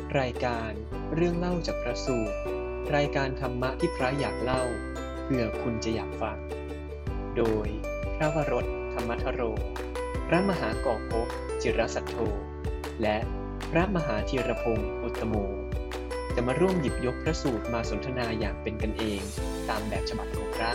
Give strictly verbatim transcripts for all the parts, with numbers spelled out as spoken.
รายการเรื่องเล่าจากพระสูตรรายการธรรมะที่พระอยากเล่าเพื่อคุณจะอยากฟังโดยพระวรถธรรมทโรพระมหากอกภพจิรสัทโธและพระมหาธีรพงศ์อุตตโมจะมาร่วมหยิบยกพระสูตรมาสนทนาอย่างเป็นกันเองตามแบบฉบับของพระ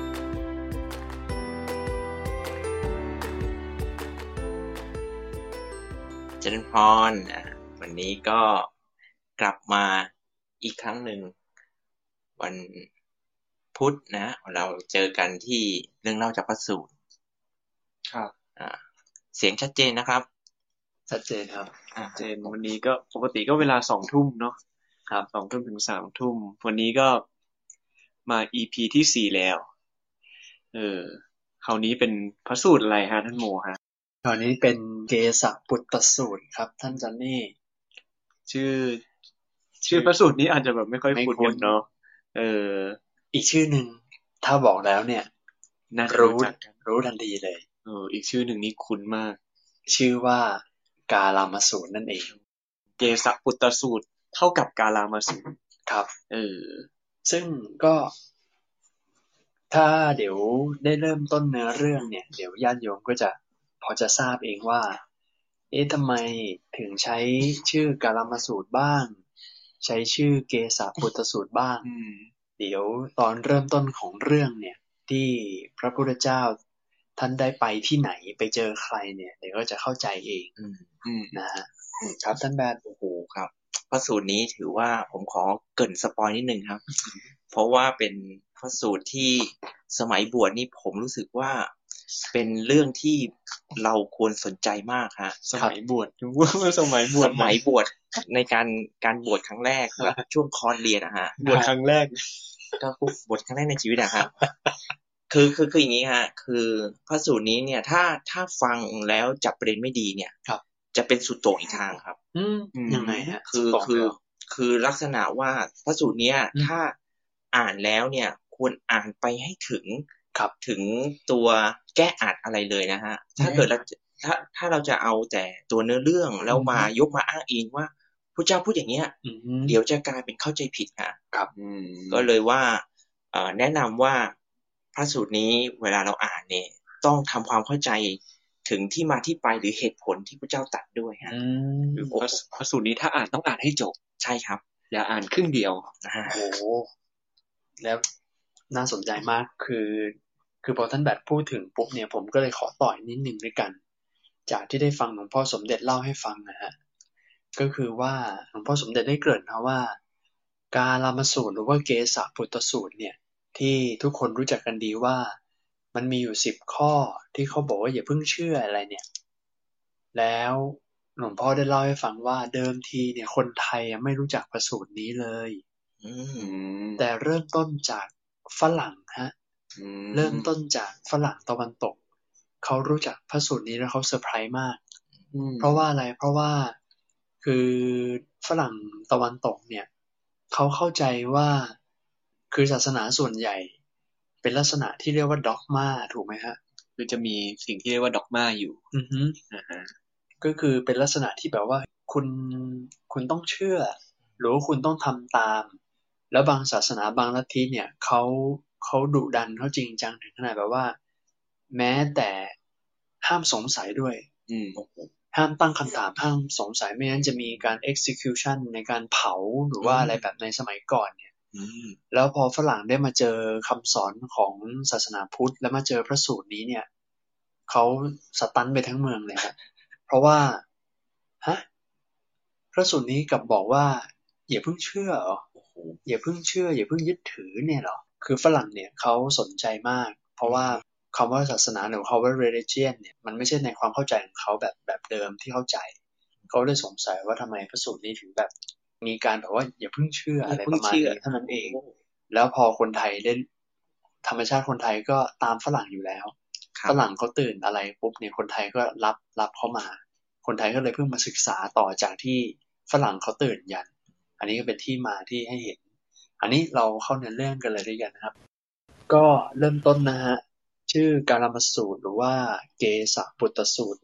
เจริญพรวันนี้ก็กลับมาอีกครั้งหนึ่งวันพุธนะเราเจอกันที่เรื่องเล่าจากพระสูตรครับอ่าเสียงชัดเจนนะครับชัดเจนครับชัดเจนวันนี้ก็ปกติก็เวลาสองทุ่มเนาะครับสองทุ่มถึงสามทุ่มวันนี้ก็มา อี พี ที่สี่แล้วเออคราวนี้เป็นพระสูตรอะไรฮะท่านโมฮะคราวนี้เป็นเกสปุตตสูตรครับท่านจอนนี่ชื่อชื่อพระสูตรนี้อาจจะแบบไม่ค่อยคุ้นกันเนาะเอออีกชื่อหนึ่งถ้าบอกแล้วเนี่ยรู้รู้ทันทีเลยเอออีกชื่อหนึ่งนี้คุ้นมากชื่อว่ากาลามสูตรนั่นเองเกสปุตตสูตรเท่ากับกาลามสูตรครับเออซึ่งก็ถ้าเดี๋ยวได้เริ่มต้นเนื้อเรื่องเนี่ยเดี๋ยวญาติโยมก็จะพอจะทราบเองว่าเอ๊ะทำไมถึงใช้ชื่อกาลามสูตรบ้างใช้ชื่อเกสปุตตสูตรบ้างเดี๋ยวตอนเริ่มต้นของเรื่องเนี่ยที่พระพุทธเจ้าท่านได้ไปที่ไหนไปเจอใครเนี่ยเดี๋ยวก็จะเข้าใจเองนะฮะครับท่านแบดโอ้โหครับพระสูตรนี้ถือว่าผมขอเกริ่นสปอยนิดนึงครับเพราะว่าเป็นพระสูตรที่สมัยบวชนี่ผมรู้สึกว่าเป็นเรื่องที่เราควรสนใจมากฮะสมัยบวชว่าสมัยบวชสมัยบวชในการการบวชครั้งแรกแบบช่วงคอร์สเรียนนะฮะบวชครั้งแรกก็บวชครั้งแรกในชีวิตอะครับคือคือคืออย่างนี้ฮะคือพระสูตรนี้เนี่ยถ้าถ้าฟังแล้วจับประเด็นไม่ดีเนี่ยจะเป็นสุดโต่งอีกทางครับยังไงฮะคือคือคือลักษณะว่าพระสูตรเนี้ยถ้าอ่านแล้วเนี่ยควรอ่านไปให้ถึงถึงตัวแก้อัดอะไรเลยนะฮะถ้าเกิดเราถ้าถ้าเราจะเอาแต่ตัวเนื้อเรื่องแล้วมายกมาอ้างอิงว่าพระเจ้าพูดอย่างเงี้ยเดี๋ยวจะกลายเป็นเข้าใจผิดครับก็เลยว่าแนะนำว่าพระสูตรนี้เวลาเราอ่านเนี่ยต้องทำความเข้าใจถึงที่มาที่ไปหรือเหตุผลที่พระเจ้าตรัสด้วยฮะพระสูตรนี้ถ้าอ่านต้องอ่านให้จบใช่ครับอย่าอ่านครึ่งเดียวโอ้โหแล้วน่าสนใจมากคือคือพอท่านแบบพูดถึงปุ๊บเนี่ยผมก็เลยขอต่อยนิดนึงด้วยกันจากที่ได้ฟังหลวงพ่อสมเด็จเล่าให้ฟังนะฮะก็คือว่าหลวงพ่อสมเด็จได้เกริ่นนะว่ากาลามสูตรหรือว่าเกสปุตตสูตรเนี่ยที่ทุกคนรู้จักกันดีว่ามันมีอยู่สิบข้อที่เขาบอกว่าอย่าเพิ่งเชื่ออะไรเนี่ยแล้วหลวงพ่อได้เล่าให้ฟังว่าเดิมทีเนี่ยคนไทยไม่รู้จักพระสูตรนี้เลยแต่เริ่มต้นจากฝรั่งฮะเริ่มต้นจากฝรั่งตะวันตกเขารู้จักพระสูตรนี้แล้วเขาเซอร์ไพรส์มากเพราะว่าอะไรเพราะว่าคือฝรั่งตะวันตกเนี่ยเขาเข้าใจว่าคือศาสนาส่วนใหญ่เป็นลักษณะที่เรียกว่าด็อกมาถูกไหมฮะคือจะมีสิ่งที่เรียกว่าด็อกมาอยู่อือฮึอ่าฮะก็คือเป็นลักษณะที่แบบว่าคุณคุณต้องเชื่อหรือว่าคุณต้องทำตามแล้วบางศาสนาบางลัทธิเนี่ยเขาเขาดุดันเขาจริงจังถึงขนาดแบบว่าแม้แต่ห้ามสงสัยด้วยอืมห้ามตั้งคำถามห้ามสงสัยไม่งั้นจะมีการ execution ในการเผาหรือว่าอะไรแบบในสมัยก่อนเนี่ยแล้วพอฝรั่งได้มาเจอคำสอนของศาสนาพุทธแล้วมาเจอพระสูตรนี้เนี่ยเขาสตันไปทั้งเมืองเลยครับเพราะว่าฮะพระสูตรนี้กลับบอกว่าอย่าเพิ่งเชื่อเหรออย่าเพิ่งเชื่ออย่าเพิ่งยึดถือเนี่ยหรอคือฝรั่งเนี่ยเขาสนใจมากเพราะว่าคำว่าศาสนาหรือคำว่า religion เนี่ยมันไม่ใช่ในความเข้าใจของเขาแบบแบบเดิมที่เข้าใจเขาเลยสงสัยว่าทำไมพระสูตรนี้ถึงแบบมีการแบบว่าอย่าเพิ่งเชื่ออะไรประมาณนี้เท่านั้นเองแล้วพอคนไทยได้ธรรมชาติคนไทยก็ตามฝรั่งอยู่แล้วฝรั่งเขาตื่นอะไรปุ๊บเนี่ยคนไทยก็รับรับเข้ามาคนไทยก็เลยเพิ่งมาศึกษาต่อจากที่ฝรั่งเขาตื่นยันอันนี้ก็เป็นที่มาที่ให้เห็นอันนี้เราเข้าเนื้อเรื่องกันเลยด้วยกันนะครับก็เริ่มต้นนะฮะชื่อกาลามสูตรหรือว่าเกสปุตตสูตรเนี่ย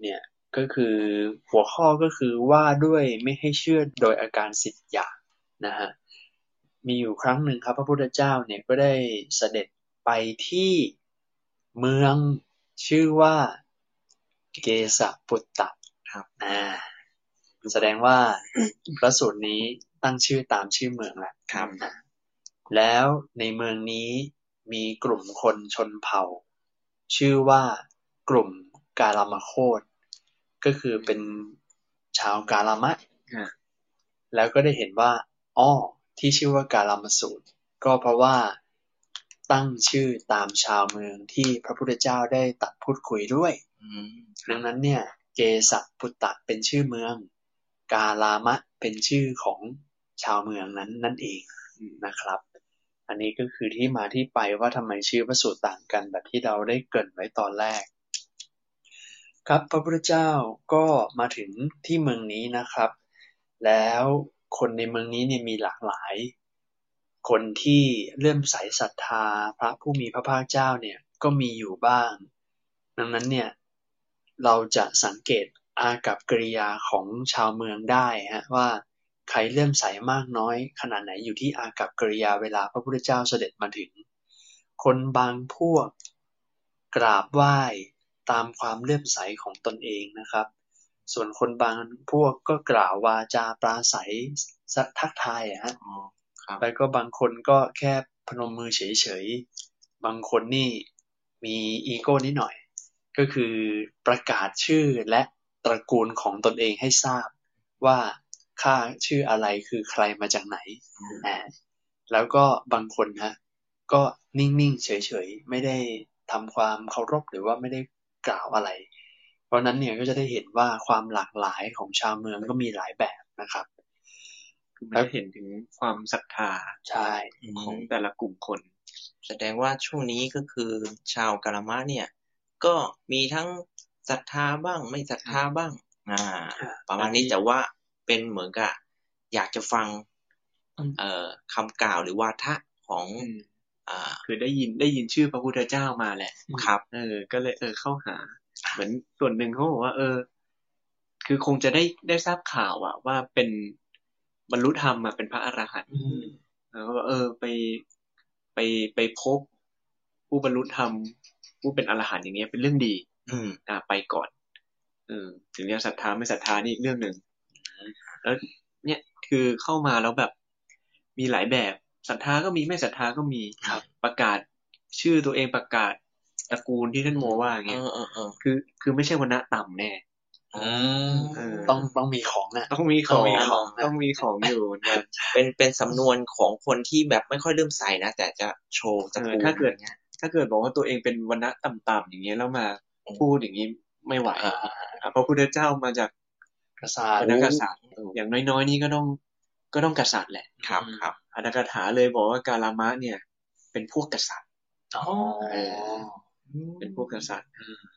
ก็คือหัวข้อก็คือว่าด้วยไม่ให้เชื่อโดยอาการสิบอย่างนะฮะมีอยู่ครั้งหนึ่งครับพระพุทธเจ้าเนี่ยก็ได้เสด็จไปที่เมืองชื่อว่าเกสปุตตะครับอ่าแสดงว่าพระสูตรนี้ตั้งชื่อตามชื่อเมืองแหละครับแล้วในเมืองนี้มีกลุ่มคนชนเผ่าชื่อว่ากลุ่มกาลามโคตก็คือเป็นชาวกาลามะแล้วก็ได้เห็นว่าอ้อที่ชื่อว่ากาลามสูตรก็เพราะว่าตั้งชื่อตามชาวเมืองที่พระพุทธเจ้าได้ตรัสพูดคุยด้วยดังนั้นเนี่ยเกสปุตตะเป็นชื่อเมืองกาลามะเป็นชื่อของชาวเมืองนั้นนั่นเองนะครับอันนี้ก็คือที่มาที่ไปว่าทำไมชื่อพระสูตรต่างกันแบบที่เราได้เกริ่นไว้ตอนแรกครับพระพุทธเจ้าก็มาถึงที่เมืองนี้นะครับแล้วคนในเมืองนี้เนี่ยมีหลากหลายคนที่เลื่อมใสศรัทธาพระผู้มีพระภาคเจ้าเนี่ยก็มีอยู่บ้างดังนั้นเนี่ยเราจะสังเกตอากัปกิริยาของชาวเมืองได้ฮะว่าใครเลื่อมใสมากน้อยขนาดไหนอยู่ที่อากัปกิริยาเวลาพระพุทธเจ้าเสด็จมาถึงคนบางพวกกราบไหว้ตามความเลื่อมใสของตนเองนะครับส่วนคนบางพวกก็กล่าววาจาปราศัยทักทายอะฮะแล้วก็บางคนก็แค่พนมมือเฉยๆบางคนนี่มีอีโก้นิดหน่อยก็คือประกาศชื่อและตระกูลของตนเองให้ทราบว่าข้าชื่ออะไรคือใครมาจากไหนอ่าแล้วก็บางคนฮะก็นิ่งๆเฉยๆไม่ได้ทำความเคารพหรือว่าไม่ได้กล่าวอะไรเพราะนั้นเนี่ยก็จะได้เห็นว่าความหลากหลายของชาวเมืองก็มีหลายแบบนะครับแล้วเห็นถึงความศรัทธาใช่ของแต่ละกลุ่มคนแสดงว่าช่วงนี้ก็คือชาวกาลามะเนี่ยก็มีทั้งศรัทธาบ้างไม่ศรัทธาบ้างอ่าประมาณนี้แต่ว่าเป็นเหมือนกับอยากจะฟังเอ่อคำกล่าวหรือวาทะของอ่าคือได้ยินได้ยินชื่อพระพุทธเจ้ามาแหละครับเออก็เลยเออเข้าหาเหมือนส่วนหนึ่งเขาบอกว่าเออคือคงจะได้ได้ทราบข่าวอะว่าเป็นบรรลุธรรมอะเป็นพระอรหันต์แล้วก็เออไปไปไปพบผู้บรรลุธรรมผู้เป็นอรหันต์อย่างเงี้ยเป็นเรื่องดีอืมอ่าไปก่อนเออถึงจะศรัทธาไม่ศรัทธานี่อีกเรื่องหนึ่งแล้วเนี่ยคือเข้ามาแล้วแบบมีหลายแบบศรัทธาก็มีไม่ศรัทธาก็มีประกาศชื่อตัวเองประกาศตระกูลที่ท่านโมว่าอย่างเงี้ยคือคือไม่ใช่วรรณะต่ำแน่ต้องต้องมีของอ่ะต้องมีของต้องมีของอยู่นะเป็นเป็นสำนวนของคนที่แบบไม่ค่อยเริ่มใส่นะแต่จะโชว์ตระกูลถ้าเกิดถ้าเกิดบอกว่าตัวเองเป็นวรรณะต่ำๆอย่างเงี้ยแล้วมาพูดอย่างนี้ไม่ไหวเพราะพุทธเจ้ามาจากกษัตริย์กษัตริย์อย่างน้อยๆนี่ก็ต้องก็ต้องกษัตริย์แหละครับครับอรรถกถาเลยบอกว่ากาลามะเนี่ยเป็นพวกกษัตริย์อ๋อเป็นพวกกษัตริย์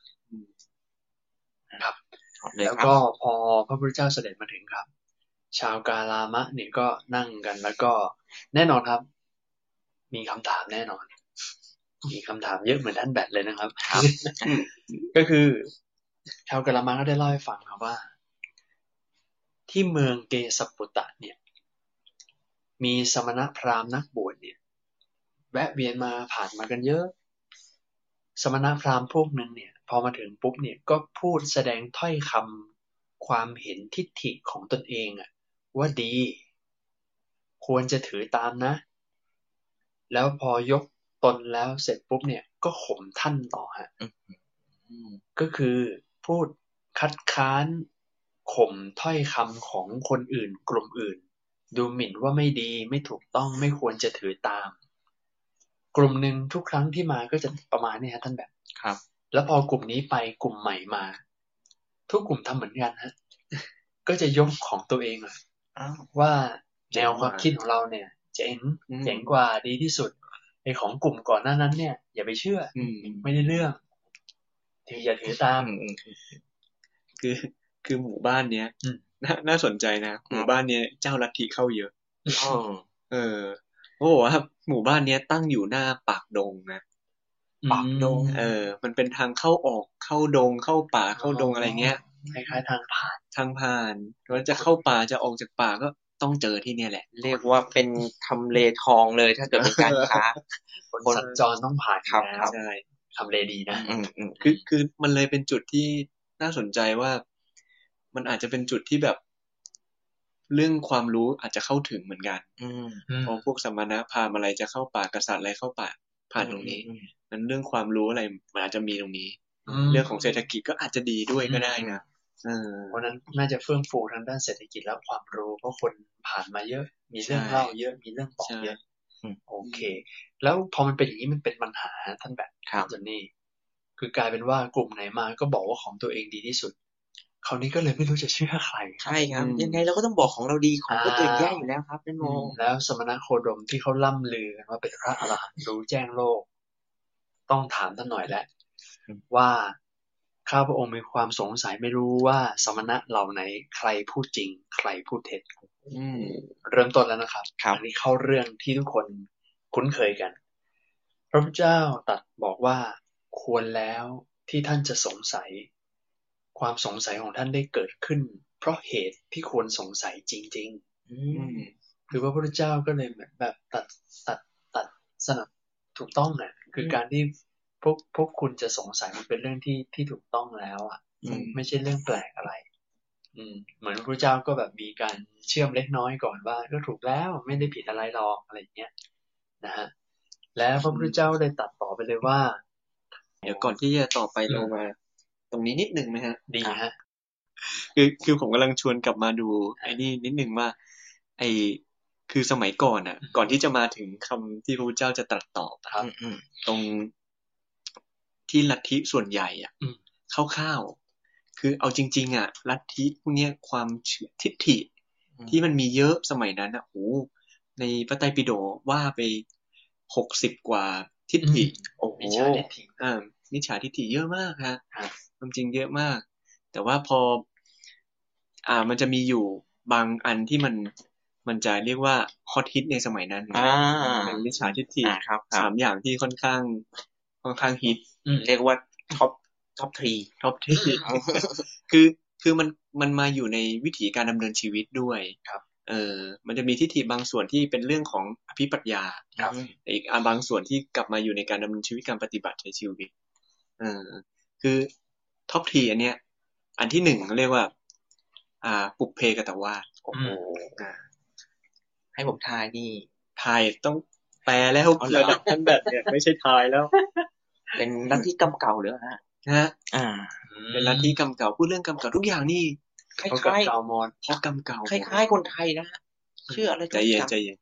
ครับแล้วก็พอพระพุทธเจ้าเสด็จมาถึงครับชาวกาลามะเนี่ยก็นั่งกันแล้วก็แน่นอนครับมีคำถามแน่นอนมีคำถามเยอะเหมือนท่านแบทเลยนะครับก็คือชาวกาลามะก็ได้เล่าให้ฟังครับว่าที่เมืองเกสปุตตะเนี่ยมีสมณพราหมณ์นักบวชเนี่ยแวะเวียนมาผ่านมากันเยอะสมณพราหมณ์พวกนึงเนี่ยพอมาถึงปุ๊บเนี่ยก็พูดแสดงถ้อยคำความเห็นทิฏฐิของตนเองอะว่าดีควรจะถือตามนะแล้วพอยกตนแล้วเสร็จปุ๊บเนี่ยก็ข่มท่านต่อฮะก็คือพูดคัดค้านข่มถ้อยคำของคนอื่นกลุ่มอื่นดูหมิ่นว่าไม่ดีไม่ถูกต้องไม่ควรจะถือตามกลุ่มหนึ่งทุกครั้งที่มาก็จะประมาณนี้ฮะท่านแบบครับแล้วพอกลุ่มนี้ไปกลุ่มใหม่มาทุกกลุ่มทำเหมือนกันฮะก็จะยกของตัวเองเลยว่าแนวความคิดของเราเนี่ยเจ๋งเจ๋งกว่าดีที่สุดไอ้ของกลุ่มก่อนหน้านั้นเนี่ยอย่าไปเชื่อไม่ได้เรื่องถืออย่าถือตามคือคือหมู่บ้านเนี้ยน่าน่าสนใจนะหมู่บ้านเนี้ยเจ้าลัทธิเข้าเยอะเออโอ้โหครับหมู่บ้านเนี้ยตั้งอยู่หน้าปากดงนะปากดงเออมันเป็นทางเข้าออกเข้าดงเข้าป่าเข้าดงอะไรเงี้ยคล้ายๆทางผ่านทางผ่านว่าจะเข้าป่าจะออกจากป่าก็ต้องเจอที่เนี่ยแหละเรียกว่าเป็นทำเลทองเลยถ้าเกิดเป็นการค้าคนสัญจรต้องผ่านครับครับใช่ทำเลดีนะคือคือมันเลยเป็นจุดที่น่าสนใจว่ามันอาจจะเป็นจุดที่แบบเรื่องความรู้อาจจะเข้าถึงเหมือนกันเพราะพวกสมณะพราหมณ์อะไรจะเข้าป่ากษัตริย์อะไรเข้าป่าผ่านตรงนี้นั้นเรื่องความรู้อะไรมันอาจจะมีตรงนี้เรื่องของเศรษฐกิจก็อาจจะดีด้วยก็ได้นะเพราะนั้นน่าจะเฟื่องฟูทางด้านเศรษฐกิจและความรู้เพราะคนผ่านมาเยอะมีเรื่องเล่าเยอะมีเรื่องบอกเยอะโอเคแล้วพอมันเป็นอย่างนี้มันเป็นปัญหาท่านแบบจนนี่คือกลายเป็นว่ากลุ่มไหนมาก็บอกว่าของตัวเองดีที่สุดคราวนี้ก็เลยไม่รู้จะเชื่อใครใช่ครับยังไงเราก็ต้องบอกของเราดีของตัวเองแย่อยู่แล้วครับนั่นโมแล้วสมณโคดมที่เขาล่ำลือกันว่าเป็นพระอรหันต์รู้แจ้งโลกต้องถามท่านหน่อยแล้วว่าข้าพระองค์มีความสงสัยไม่รู้ว่าสมณะเหล่าไหนใครพูดจริงใครพูดเท็จเริ่มต้นแล้วนะครับอันนี้เข้าเรื่องที่ทุกคนคุ้นเคยกันพระพุทธเจ้าตรัสบอกว่าควรแล้วที่ท่านจะสงสัยความสงสัยของท่านได้เกิดขึ้นเพราะเหตุที่ควรสงสัยจริงๆคือพระพุทธเจ้าก็เลยเหมือนแบบตัดตัดตัดสนับถูกต้องอ่ะคือการที่พวกพวกคุณจะสงสัยมันเป็นเรื่องที่ที่ถูกต้องแล้วอ่ะไม่ใช่เรื่องแปลกอะไรอืมเหมือนพระเจ้าก็แบบมีการเชื่อมเล็กน้อยก่อนว่าก็ถูกแล้วไม่ได้ผิดอะไรหรอกอะไรอย่างเงี้ยนะฮะแล้วพระพุทธเจ้าได้ตัดต่อไปเลยว่าเดี๋ยวก่อนที่จะต่อไปเรามาตรงนี้นิดนึงนะฮะดีฮะคือคือผมกำลังชวนกลับมาดูไอ้นี่นิดนึงว่าไอ้คือสมัยก่อนอ่ะก่อนที่จะมาถึงคำที่พระพุทธเจ้าจะตรัสตอบครับตรงที่ลัทธิส่วนใหญ่อ่ะคร่าวๆคือเอาจริงๆอ่ะลัทธิพวกนี้ความเชื่อทิฏฐิที่มันมีเยอะสมัยนั้นอ่ะโอ้ในพระไตรปิฎกว่าไปหกสิบกว่าทิฏฐิโอ้โหมิจฉาทิฏฐิอ่ามิจฉาทิฏฐิเยอะมากฮะความจริงเยอะมากแต่ว่าพออ่ามันจะมีอยู่บางอันที่มันมันจะเรียกว่าฮอตฮิตในสมัยนั้นอ่าเป็นมิจฉาทิฏฐิสามอย่างที่ค่อนข้างค่อนข้างฮิตเรียกว่าท็อปท็อปทรีท็อปทรีคือคือมันมันมาอยู่ในวิถีการดำเนินชีวิตด้วยครับเออมันจะมีทิฏฐิบางส่วนที่เป็นเรื่องของอภิปรัชญาครับอีกบางส่วนที่กลับมาอยู่ในการดำเนินชีวิตการปฏิบัติใช้ชีวิตเออคือท็อปทรีอันเนี้ยอันที่หนึ่งเรียกว่าอ่าปุพเพกตวาสโอ้โหให้ผมทายนี่ทายต้องแปลแล้วระดับท่านแบบเนี่ยไม่ใช่ทายแล้วเป็นลัทธิกรรมเก่าหรือฮะฮะอ่าเป็นลัทธิกรรมเก่าพูดเรื่องกรรมเก่าทุกอย่างนี่คล้ายๆเก่ามอนเพราะกรรมเก่าคล้ายๆคนไทยนะเชื่ออะไรใจเย็นใจเย็น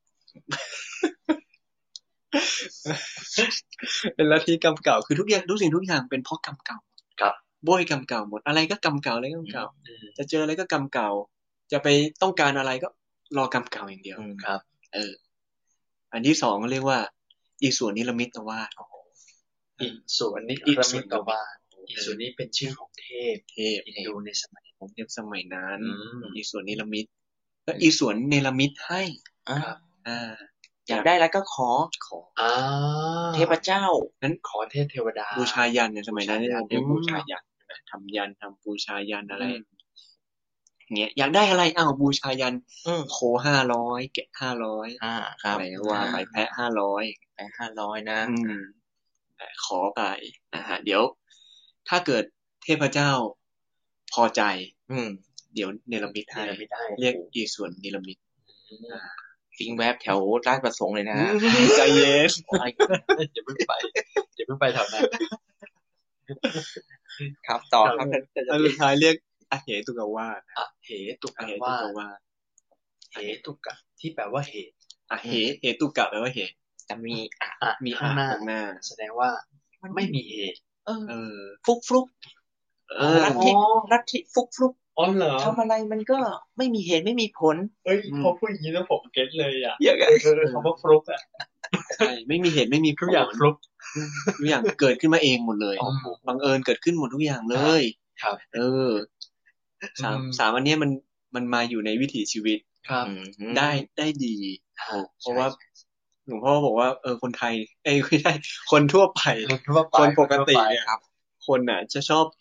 เป็นลัทธิกรรมเก่าคือทุกอย่างทุกสิ่งทุกอย่างเป็นเพราะกรรมเก่าครับโบยกรรมเก่าหมดอะไรก็กรรมเก่าอะไรก็กรรมเก่าจะเจออะไรก็กรรมเก่าจะไปต้องการอะไรก็รอกรรมเก่าอย่างเดียวครับเอออันที่สองเรียกว่าอีส่วนนิรมิตวาสอีส่วนนิรมิตวาสอีส่วนนี้เป็นชื่อของเทพเทพอินโดในสมัยของเทพสมัยนั้นอีส่วนนิรมิตแล้วอีส่วนเนรมิตให้อ่าอยากได้แล้วก็ขอขออ่าเทพเจ้านั้นขอเทพเทวดาบูชายันในสมัยนั้นเรียกบูชายันทำยันทำบูชายันอะไรเงี้ยอยากได้อะไรอ้าวบูชายันโคห้าร้อยแกะห้าร้อยอ่าครับอะไรว่าไปแพะห้าร้อยแพะห้าร้อยนะอืมขอไปนะฮะเดี๋ยวถ้าเกิดเทพเจ้าพอใจอืมเดี๋ยวเนรมิตให้เรียกอีส่วนเนรมิตฟิงแวบแถวราชประสงค์เลยนะใจเย็นอย่าเพิ่งไปอย่าเพิ่งไปแถวนั้นครับต่อครับอันสุดท้ายเรียกอเหตุกวาสอเหตุกวาสเหตุกะที่แปลว่าเหตุอเหเหตุกะแปลว่าเหตุจะมีอะมีข้างหน้าหน้าแสดงว่าไม่มีเหตุเออฟุกฟลุกลัทธิลัทธิฟุกฟลุกอ๋อเหรอทำอะไรมันก็ไม่มีเหตุไม่มีผลเอ้ยพอพูดอย่างนี้แล้วผมเก็ตเลยอ่ะอย่างเงี้ยคำว่าฟลุกอ่ะใช่ไม่มีเหตุไม่มีผลทุกอย่างฟลุกทุกอย่างเกิดขึ้นมาเองหมดเลยบังเอิญเกิดขึ้นหมดทุกอย่างเลยครับเออสามสามอันนี้มันมันมาอยู่ในวิถีชีวิตครับได้ได้ดีเพราะว่าหลวงพ่อบอกว่าเออคนไทยเอ้ยไม่ใช่คนทั่วไปคนปกติเนี่ยคนน่ะจะชอบ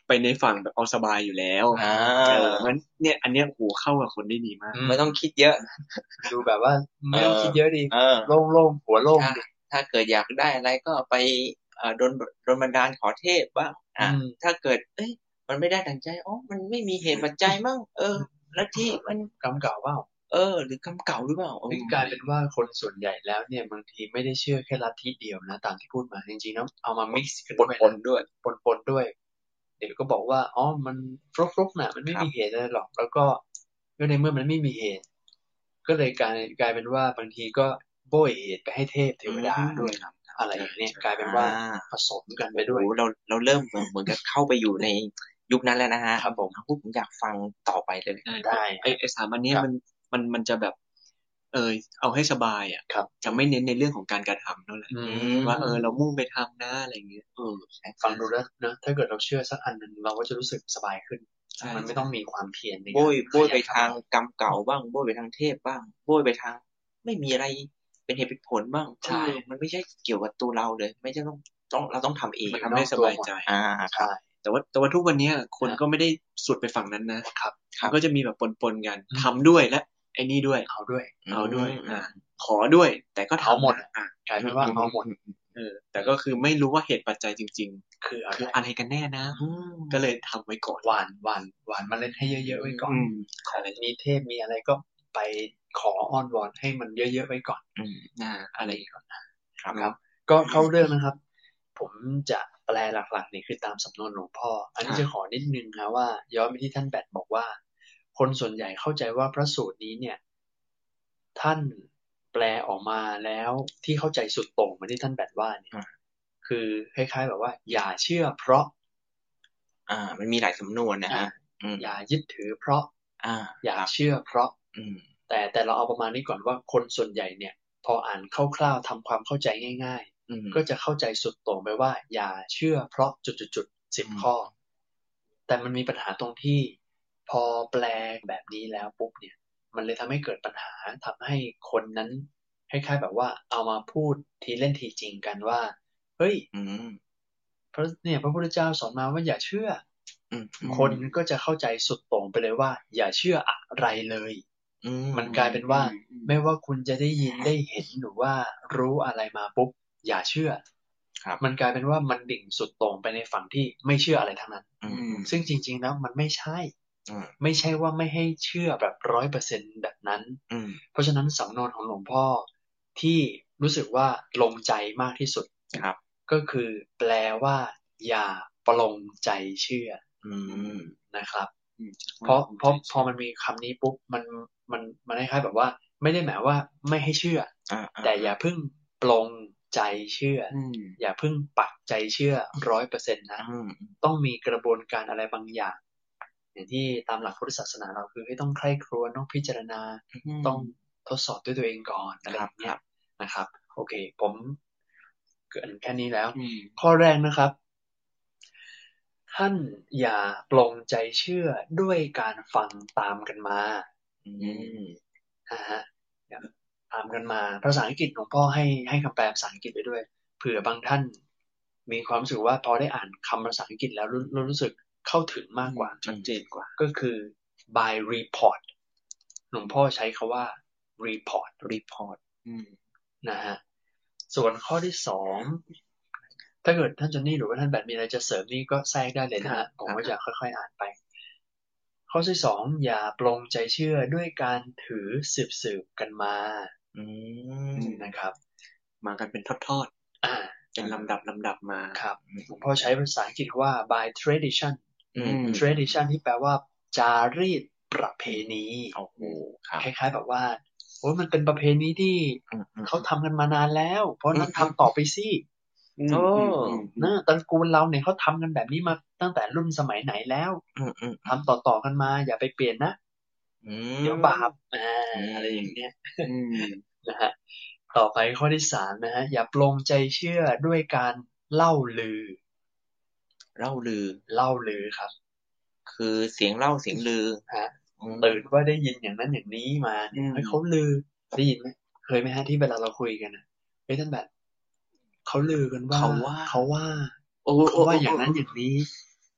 ไปในฝั่งแบบเอาสบายอยู่แล้วอ่าเอองั้นเนี่ยอันเนี้ยโหเข้ากับคนได้ดีมากไม่ต้องคิดเยอะดูแบบว่าไม่ต้องคิดเยอะดีโล่งๆหัวโล่งดิถ้าเกิดอยากได้อะไรก็ไปเอ่อโดนโดนบันดาลขอเทพบ้างอ่าถ้าเกิดเอ้ยมันไม่ได้ดังใจอ๋อมันไม่มีเหตุปัจจัยมั้งเออลัทธิมันกรรมเก่าเปล่าเออหรือกรรมเก่าหรือเปล่านี่กลายเป็นว่าคนส่วนใหญ่แล้วเนี่ยบางทีไม่ได้เชื่อแค่ลัทธิเดียวนะตามที่พูดมาจริงๆแล้วเอามา mix กันด้วยปนๆด้วยปนๆด้วยเดี๋ยวก็บอกว่าอ๋อมันฟลุกๆน่ะมันไม่มีเหตุอะไรหรอกแล้วก็ก็ในเมื่อมันไม่มีเหตุก็เลยกลายกลายเป็นว่าบางทีก็โบยเหตุไปให้เทพเทวดาด้วยอะไรอย่างนี้กลายเป็นว่าผสมกันไปด้วยเราเราเริ่มเหมือนกับเข้าไปอยู่ในยุคนั้นแล้วนะฮะครับผมผมอยากฟังต่อไปเลยได้ไอ้ไอ้สามอันนี้มันมันมันจะแบบเออเอาให้สบายอ่ะจะไม่เน้นในเรื่องของการกระทำนั่นแหละว่าเออเรามุ่งไปทำนะอะไรอย่างเงี้ยเออฟังดูแล้วนะถ้าเกิดเราเชื่อสักอันนึงเราก็จะรู้สึกสบายขึ้นมันไม่ต้องมีความเพียรโบยโบยไปทางกรรมเก่าบ้างโบยไปทางเทพบ้างโบยไปทางไม่มีอะไรเป็นเหตุเป็นผลบ้างใช่มันไม่ใช่เกี่ยวกับตัวเราเลยไม่ใช่ต้องต้องเราต้องทำเองทำให้สบายใจอ่าครับแต่ว่าแต่ว่าทุกวันนี้คนก็ไม่ได้สุดไปฝั่งนั้นนะครับก็จะมีแบบปนๆกันทำด้วยและไอ้นี่ด้วยเอาด้วยเอาด้วยอ่าขอด้วยแต่ก็เอาหมดอ่ะกลายเป็นว่าเอาหมดเออแต่ก็คือไม่รู้ว่าเหตุปัจจัยจริงๆคือคืออะไรกันแน่นะก็เลยทำไว้ก่อนหวานหวานหวานมาเล่นให้เยอะๆไว้ก่อนอะไรมีเทพมีอะไรก็ไปขออ้อนวอนให้มันเยอะๆไว้ก่อนอ่าอะไรก่อนครับก็เข้าเรื่องนะครับผมจะแปลหลักๆนี่คือตามสำนวนหลวงพ่ออันนี้จะขอนิดนึงนะว่าย้อนไปที่ท่านแบดบอกว่าคนส่วนใหญ่เข้าใจว่าพระสูตรนี้เนี่ยท่านแปลออกมาแล้วที่เข้าใจสุดโต่งเหมือนที่ท่านแบดว่าเนี่ยคือคล้ายๆแบบว่าอย่าเชื่อเพราะอ่ามันมีหลายสำนวนนะฮะอย่ายึดถือเพราะอ่าอย่าเชื่อเพราะแต่แต่เราเอาประมาณนี้ก่อนว่าคนส่วนใหญ่เนี่ยพออ่านคร่าวๆทำความเข้าใจง่ายๆก็จะเข้าใจสุดโต่งไปว่าอย่าเชื่อเพราะจุดๆสิบข้อแต่มันมีปัญหาตรงที่พอแปลแบบนี้แล้วปุ๊บเนี่ยมันเลยทำให้เกิดปัญหาทำให้คนนั้นคล้ายๆแบบว่าเอามาพูดทีเล่นทีจริงกันว่าเฮ้ยเพราะเนี่ยพระพุทธเจ้าสอนมาว่าอย่าเชื่อคนก็จะเข้าใจสุดโต่งไปเลยว่าอย่าเชื่ออะไรเลยมันกลายเป็นว่าไม่ว่าคุณจะได้ยินได้เห็นหรือว่ารู้อะไรมาปุ๊บอย่าเชื่อมันกลายเป็นว่ามันดิ่งสุดโต่งไปในฝั่งที่ไม่เชื่ออะไรทั้งนั้นซึ่งจริงๆแล้วมันไม่ใช่ไม่ใช่ว่าไม่ให้เชื่อแบบร้อยเปอร์เซ็นต์แบบนั้นเพราะฉะนั้นสำนวนของหลวงพ่อที่รู้สึกว่าลงใจมากที่สุดก็คือแปลว่าอย่าปลงใจเชื่อนะครับเพราะเพราะพอมันมีคำนี้ปุ๊บมันมันมันคล้ายๆแบบว่าไม่ได้หมายว่าไม่ให้เชื่อแต่อย่าเพิ่งปลงใจเชื่ออย่าเพิ่งปักใจเชื่อร้อยเปอร์เซ็นต์นะต้องมีกระบวนการอะไรบางอย่างอย่างที่ตามหลักพุทธศาสนาเราคือให้ต้องใคร่ครวญต้องพิจารณาต้องทดสอบด้วยตัวเองก่อนอะไรอย่างเงี้ยนะครับโอเคผมเกินแค่นี้แล้วข้อแรกนะครับท่านอย่าปลงใจเชื่อด้วยการฟังตามกันมานะฮะตามกันมาภาษาอังกฤษหลวงพ่อให้ให้คำแปลภาษาอังกฤษไปด้วยเผื่อบางท่านมีความรู้สึกว่าพอได้อ่านคำภาษาอังกฤษแล้วรู้รู้สึกเข้าถึงมากกว่าชัดเจนกว่าก็คือ by report หลวงพ่อใช้คาว่า report report นะฮะส่วนข้อที่สองถ้าเกิดท่านจอนนี่หรือว่าท่านแบดมีอะไรจะเสริมนี่ก็แทรกได้เลยนะฮะผมก็จะค่อยๆอ่านไปข้อที่สองอย่าปลงใจเชื่อด้วยการถือสืบๆกันมานะครับมากันเป็นทอดๆอ่าเป็นลำดับลำดับมาครับผมพอใช้ภาษาอังกฤษว่า by tradition tradition ที่แปลว่าจารีตประเพณีโอ้โหคล้ายๆแบบว่าโอ้ยมันเป็นประเพณีที่เขาทำกันมานานแล้วเพราะนั้นทำต่อไปสิโอ้นะตระกูลเราเนี่ยเขาทำกันแบบนี้มาตั้งแต่รุ่นสมัยไหนแล้วทำต่อๆกันมาอย่าไปเปลี่ยนนะเดี๋ยวบาปอ่าอะไรอย่างเงี้ยนะฮะต่อไปข้อที่สามนะฮะอย่าปลงใจเชื่อด้วยการเล่าลือเล่าลือเล่าลือครับคือเสียงเล่าเสียงลือฮะตื่นว่าได้ยินอย่างนั้นอย่างนี้มาเนี่ยให้เขาลือได้ยินไหมเคยไหมฮะที่เวลาเราคุยกันนะเฮ้ยท่านแบบเขาลือกันว่าเขาว่าเขาว่าโอ้เขาว่าอย่างนั้นอย่างนี้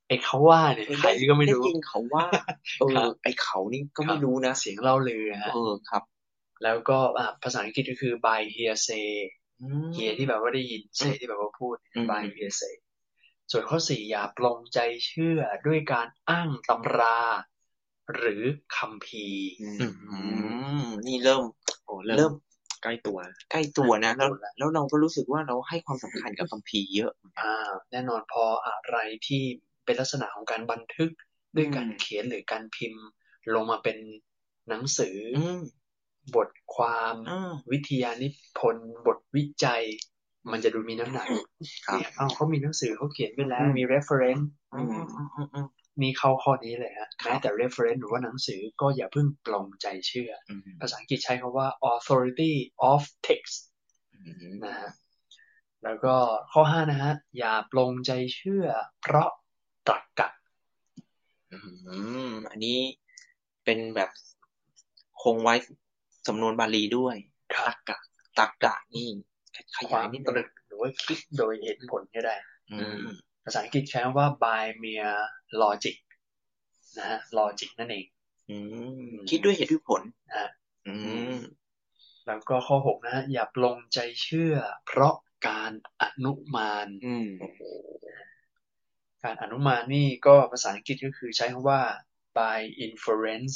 ไอ้เขาว่าเนี่ยใครก็ไม่รู้ได้ยินเขาว่าเออไอ้เขานี่ก็ไม่รู้นะเสียงเล่าลือฮะเออครับแล้วก็อ่าภาษาอังกฤษก็คือ by hearsay hear ที่แบบว่าได้ยิน say ที่แบบว่าพูด by hearsay ส่วนข้อสี่อย่าปลงใจเชื่อด้วยการอ้างตำราหรือคัมภีร์นี่เริ่มโอ้เริ่มใกล้ตัวใกล้ตัวนะแล้วแล้วเราก็รู้สึกว่าเราให้ความสำคัญกับคัมภีร์เยอะอ่าแน่นอนพออะไรที่เป็นลักษณะของการบันทึกด้วยการเขียนหรือการพิมพ์ลงมาเป็นหนังสือบทความวิทยานิพนธ์บทวิจัยมันจะดูมีน้ำหนักเนี่ยอ้าวเขามีหนังสือเขาเขียนไปแล้วมี reference มีเข้าข้อนี้เลยฮะแม้แต่ reference หรือว่าหนังสือก็อย่าเพิ่งปลงใจเชื่อภาษาอังกฤษใช้คำว่า authority of text นะฮะแล้วก็ข้อห้านะฮะอย่าปลงใจเชื่อเพราะตรรกะอันนี้เป็นแบบคงไว้สำนวนบาลีด้วยตรรกะตรรกะนี่ขยายนิดนึงหรือว่าคิดโดยเหตุผลก็ได้ภาษาอังกฤษใช้คำว่า by mere logic นะฮะ logic นั่นเองคิดด้วยเหตุด้วยผลนะแล้วก็ข้อหกนะฮะอย่าปลงใจเชื่อเพราะการอนุมานการอนุมานนี่ก็ภาษาอังกฤษก็คือใช้คำว่า by inference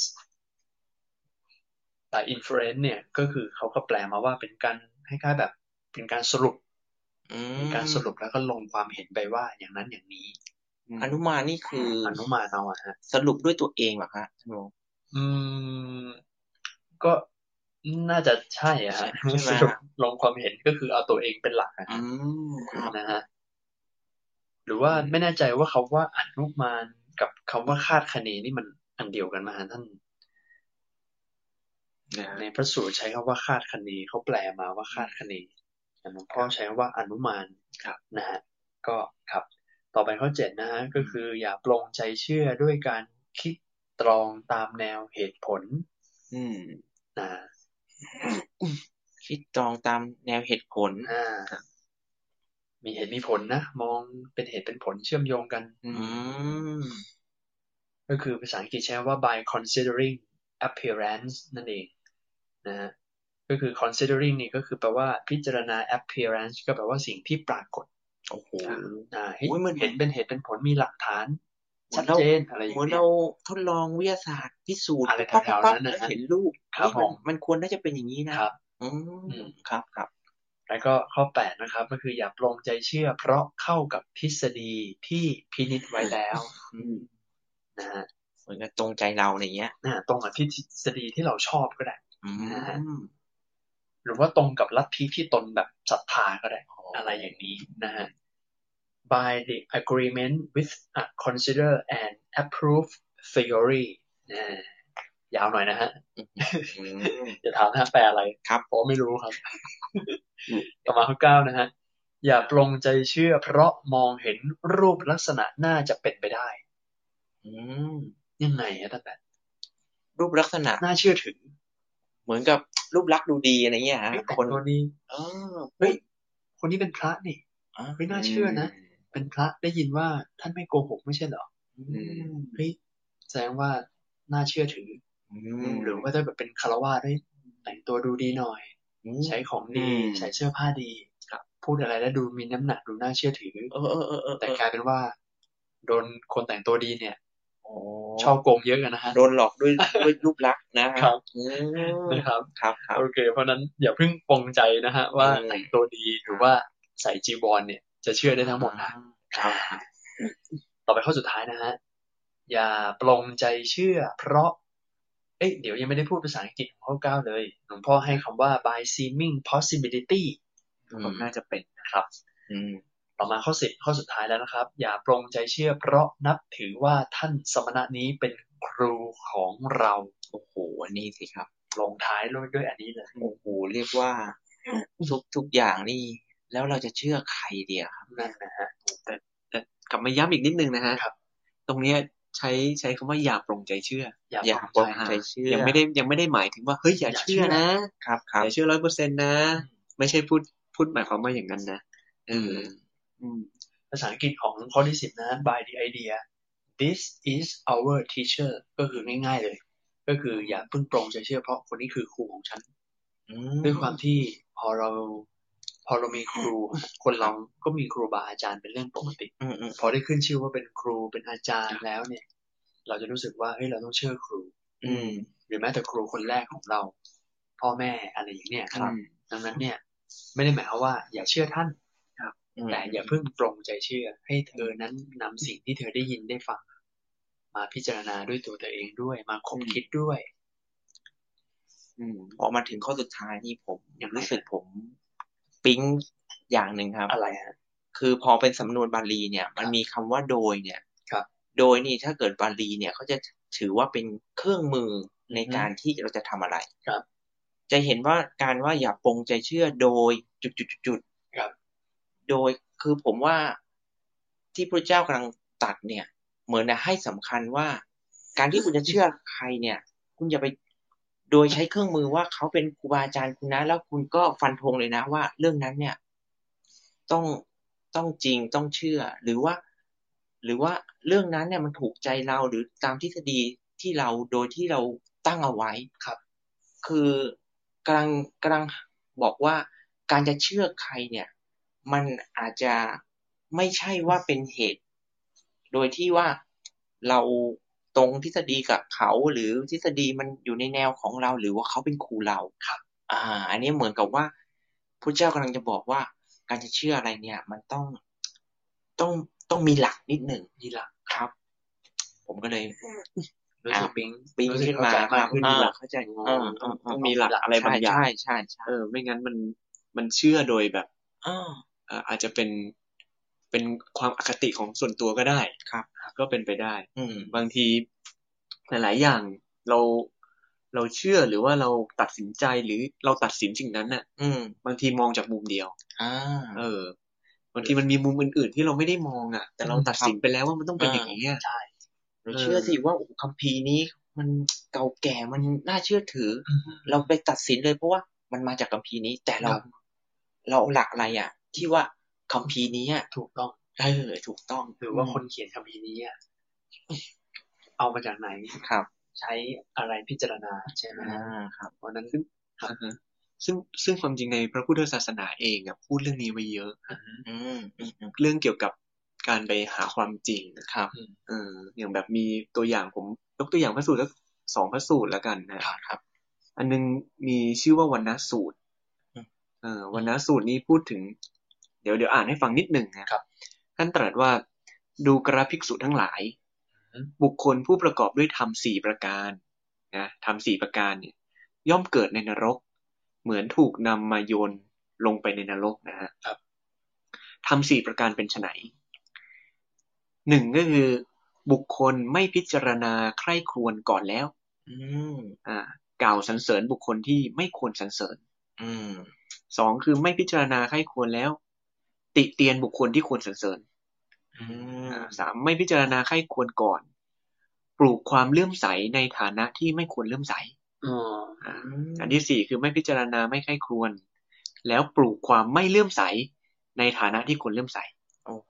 แต่ inference เนี่ยก็คือเขาก็แปลมาว่าเป็นการคล้ายๆแบบเป็นการสรุปเป็นการสรุปแล้วก็ลงความเห็นไปว่าอย่างนั้นอย่างนี้อนุมานนี่คืออนุมานเอาอะฮะสรุปด้วยตัวเองเหรอฮะท่านโมอืมก็น่าจะใช่อะฮะสรุปลงความเห็นก็คือเอาตัวเองเป็นหลักนะนะฮะหรือว่าไม่แน่ใจว่าคำว่าอนุมานกับคำว่าคาดคะเนนี่มันอันเดียวกันมาท่านในพระสูตรใช้คำว่าคาดคะเนเขาแปลมาว่าคาดคะเนแต่หลวงพ่อใช้คำว่าอนุมานนะฮะก็ครับต่อไปข้อเจ็ดนะฮะก็คืออย่าปลงใจเชื่อด้วยการคิดตรองตามแนวเหตุผลนะคิดตรองตามแนวเหตุผลอ่ามีเหตุมีผลนะมองเป็นเหตุเป็นผลเชื่อมโยงกันก็คือภาษาอังกฤษใช้ว่า by considering appearance นั่นเองนะฮะก็คือ considering นี่ก็คือแปลว่าพิจารณา appearance ก็แปลว่าสิ่งที่ปรากฏโอ้โหอ่าเห็นเห็นเป็นเหตุเป็นผลมีหลักฐานชัดเจนอะไรอย่างเงี้ยเหมือนเราทดลองวิทยาศาสตร์พิสูจน์อะไรแถวๆนั้นนะเห็นรูปครับผมมันควรน่าจะเป็นอย่างนี้นะครับอืมครับครับแล้วก็ข้อแปดนะครับก็คืออย่าปลงใจเชื่อเพราะเข้ากับทฤษฎีที่พินิจไว้แล้วนะฮะเหมือนกับตรงใจเราอย่างเงี้ยนะตรงกับทฤษฎีที่เราชอบก็ได้นะฮะหรือว่าตรงกับลัทธิที่ตนแบบศรัทธาก็ได้อะไรอย่างนี้นะฮะ by the agreement with a consider and approve theory นะยาวหน่อยนะฮะจะถามนะแปลอะไรครับเพราะไม่รู้ครับต่อมาข้อเก้านะฮะอย่าปลงใจเชื่อเพราะมองเห็นรูปลักษณะน่าจะเป็นไปได้ยังไงฮะท่านแบบรูปลักษณะน่าเชื่อถือเหมือนกับรูปลักษณ์ดูดีอะไรเงี้ยฮะคนคนนี้เออเฮ้ยคนนี้เป็นพระนี่ไม่น่าเชื่อนะเป็นพระได้ยินว่าท่านไม่โกหกไม่ใช่เหรอเฮ้ยแสดงว่าน่าเชื่อถือหรือว่าถ้าแบบเป็นคฤหัสถ์ได้แต่งตัวดูดีหน่อยใช้ของดีใส่เสื้อผ้าดีพูดอะไรแล้วดูมีน้ำหนักดูน่าเชื่อถือแต่กลายเป็นว่าโดนคนแต่งตัวดีเนี่ยชอบโกงเยอะกันนะฮะโดนหลอกด้วยด้วยรูปลักษณ์นะครับนะครับครับโอเคเพราะนั้นอย่าเพิ่งปลงใจนะฮะว่าแต่งตัวดีหรือว่าใส่จีวรเนี่ยจะเชื่อได้ทั้งหมดนะครับต่อไปข้อสุดท้ายนะฮะอย่าปลงใจเชื่อเพราะเอ๊ะเดี๋ยวยังไม่ได้พูดภาษาอังกฤษของข้อเก้าเลยหลวงพ่อให้คำว่า by seeming possibility ผมน่าจะเป็นนะครับต่อมาข้อสิบข้อสุดท้ายแล้วนะครับอย่าปลงใจเชื่อเพราะนับถือว่าท่านสมณะนี้เป็นครูของเราโอ้โหอันนี้สิครับลงท้ายด้วยอันนี้เลยโอ้โหเรียกว่าทุกทุกอย่างนี่แล้วเราจะเชื่อใครเดียวครับนั่นนะฮะแต่แต่กลับมาย้ำอีกนิดนึงนะฮะตรงนี้ใช้ใช้คำว่าอย่าปลงใจเชื่ออย่าปลงใจเชื่อยังไม่ได้ยังไม่ได้หมายถึงว่าเฮ้ยอย่าเชื่อนะครับอย่าเชื่อร้อยเปอร์เซ็นต์นะไม่ใช่พูดพูดหมายความว่าอย่างนั้นนะเออภาษาอังกฤษของข้อที่สิบนะ by the idea this is our teacher ก็คือง่ายๆเลยก็คืออย่าเพิ่งปรงใจเชื่อเพราะคนนี้คือครูของฉันด้วยความที่พอเราพอเรามีครูคนเราก็มีครูบาอาจารย์เป็นเรื่องปกติพอได้ขึ้นชื่อว่าเป็นครูเป็นอาจารย์แล้วเนี่ยเราจะรู้สึกว่าเฮ้ยเราต้องเชื่อครูหรือแม้แต่ครูคนแรกของเราพ่อแม่อะไรอย่างเนี้ยครับดังนั้นเนี่ยไม่ได้หมายความว่าอย่าเชื่อท่านแต่อย่าเพิ่งปรงใจเชื่อให้เธอนั้นนำสิ่งที่เธอได้ยินได้ฟังมาพิจารณาด้วยตัวเธอเองด้วยมาคบคิดด้วยพอมาถึงข้อสุดท้ายนี่ผมยังรู้สึกผมปิ๊งอย่างหนึ่งครับอะไรฮะคือพอเป็นสำนวนบาลีเนี่ยมันมีคำว่าโดยเนี่ยโดยนี่ถ้าเกิดบาลีเนี่ยเขาจะถือว่าเป็นเครื่องมือในการที่เราจะทำอะไรครับจะเห็นว่าการว่าอย่าปรงใจเชื่อโดยจุดๆครับโดยคือผมว่าที่พระเจ้ากำลังตัดเนี่ยเหมือนให้สำคัญว่าการที่คุณจะเชื่อใครเนี่ยคุณอย่าไปโดยใช้เครื่องมือว่าเขาเป็นครูบาอาจารย์คุณนะแล้วคุณก็ฟันธงเลยนะว่าเรื่องนั้นเนี่ยต้องต้องจริงต้องเชื่อหรือว่าหรือว่าเรื่องนั้นเนี่ยมันถูกใจเราหรือตามทฤษฎีที่เราโดยที่เราตั้งเอาไว้ครับคือกำลังกำลังบอกว่าการจะเชื่อใครเนี่ยมันอาจจะไม่ใช่ว่าเป็นเหตุโดยที่ว่าเราตรงทฤษฎีกับเขาหรือทฤษฎีมันอยู่ในแนวของเราหรือว่าเขาเป็นครูเราครับอ่าอันนี้เหมือนกับว่าพระเจ้ากำลังจะบอกว่าการจะเชื่ออะไรเนี่ยมันต้องต้องต้องมีหลักนิดหนึ่งมีหลักครับผมก็เลยรู้สึกปิ๊งปิ๊งขึ้นมาครับมีหลักเข้าใจต้องมีหลักอะไรบางอย่างใช่ใช่ใช่เออไม่งั้นมันมันเชื่อโดยแบบอ่าอาจจะเป็นเป็นความอคติของส่วนตัวก็ได้ครับก็เป็นไปได้อืมบางทีหลายๆอย่างเราเราเชื่อหรือว่าเราตัดสินใจหรือเราตัดสินสิ่งนั้นน่ะอืมบางทีมองจากมุมเดียวอ่าเออบางทีมันมีมุมอื่นๆที่เราไม่ได้มองอ่ะแต่เราตัดสินไปแล้วว่ามันต้องเป็นอย่างนี้ใช่เราเชื่อสิว่าคัมภีร์นี้มันเก่าแก่มันน่าเชื่อถือเราไปตัดสินเลยเพราะว่ามันมาจากคัมภีร์นี้แต่เราเราหลักอะไรอ่ะที่ว่าคัมภีร์นี้ถูกต้องเออถูกต้องหรือว่าคนเขียนคัมภีร์นี้เอามาจากไหนครับใช้อะไรพิจารณาใช่ไหมอ่าครับเพราะนั้นซึ่งซึ่งซึ่งความจริงในพระพุทธศาสนาเองอ่ะพูดเรื่องนี้ไว้เยอะอืมเรื่องเกี่ยวกับการไปหาความจริงครับเอออย่างแบบมีตัวอย่างผมยกตัวอย่างพระสูตรสักสองพระสูตรแล้วกันนะครับอันนึงมีชื่อว่าวรรณสูตรเออวรรณสูตรนี้พูดถึงเดี๋ยวเดี๋ยวอ่านให้ฟังนิดหนึ่งนะครับท่านตรัสว่าดูกราภิกษุทั้งหลายบุคคลผู้ประกอบด้วยธรรมสี่ประการนะธรรมสี่ประการเนี่ยย่อมเกิดในนรกเหมือนถูกนำมาโยนลงไปในนรกนะฮะธรรมสี่ประการเป็นไฉนหนึ่งก็คือบุคคลไม่พิจารณาใคร่ครวญก่อนแล้วอืมอ่ากล่าวสรรเสริญบุคคลที่ไม่ควรสรรเสริญอืมสองคือไม่พิจารณาใคร่ครวญแล้วติเตียนบุคคลที่ควรสรรเสริญอืมสามไม่พิจารณาใคร่ครวญก่อนปลูกความเลื่อมใสในฐานะที่ไม่ควรเลื่อมใสอันที่สี่คือไม่พิจารณาไม่ใคร่ครวญแล้วปลูกความไม่เลื่อมใสในฐานะที่ควรเลื่อมใสโอ้โห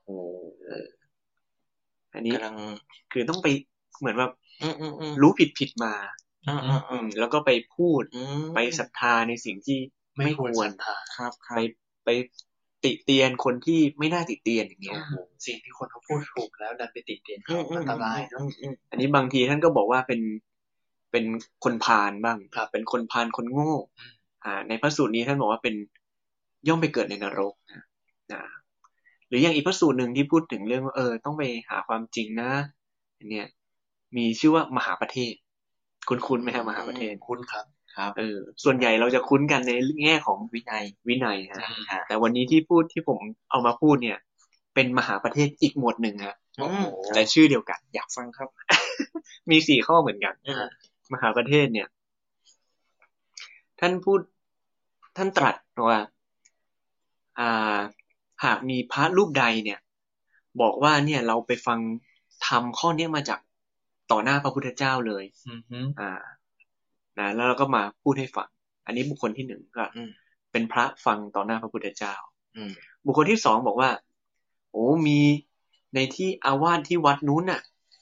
อันนี้กำลังคือต้องไปเหมือนว่าอืมอืมอืมรู้ผิดผิดมาอืมอืมอืมแล้วก็ไปพูดมไปศรัทธาในสิ่งที่ไม่ควรครับไปไปติเตียนคนที่ไม่น่าติเตียนอย่างเงี้ยสิ่งที่คนเขาพูดถูกแล้วดันไปติเตียนเขาอันตรายเนาะอันนี้บางทีท่านก็บอกว่าเป็นเป็นคนพาลบ้างเป็นคนพาลคนโง่อ่าในพระสูตรนี้ท่านบอกว่าเป็นย่อมไปเกิดในนรกนะหรืออย่างอีกพระสูตรหนึ่งที่พูดถึงเรื่องว่าเออต้องไปหาความจริงนะอันเนี้ยมีชื่อว่ามหาประเทศคุ้นๆไหมฮะมหาประเทศคุ้นครับครับเออส่วนใหญ่เราจะคุ้นกันในแง่ของวินัยวินัยฮะแต่วันนี้ที่พูดที่ผมเอามาพูดเนี่ยเป็นมหาประเทศอีกหมวดหนึ่งฮะแต่ชื่อเดียวกันอยากฟังครับมีสี่ข้อเหมือนกันมหาประเทศเนี่ยท่านพูดท่านตรัสว่าอ่าหากมีพระรูปใดเนี่ยบอกว่าเนี่ยเราไปฟังธรรมข้อนี้มาจากต่อหน้าพระพุทธเจ้าเลยอ่านะแล้วเราก็มาพูดให้ฟังอันนี้บุคคลที่หนึ่งก็เป็นพระฟังต่อหน้าพระพุทธเจ้าบุคคลที่สองบอกว่าโอ้มีในที่อาวาสที่วัดนู้นน่ะ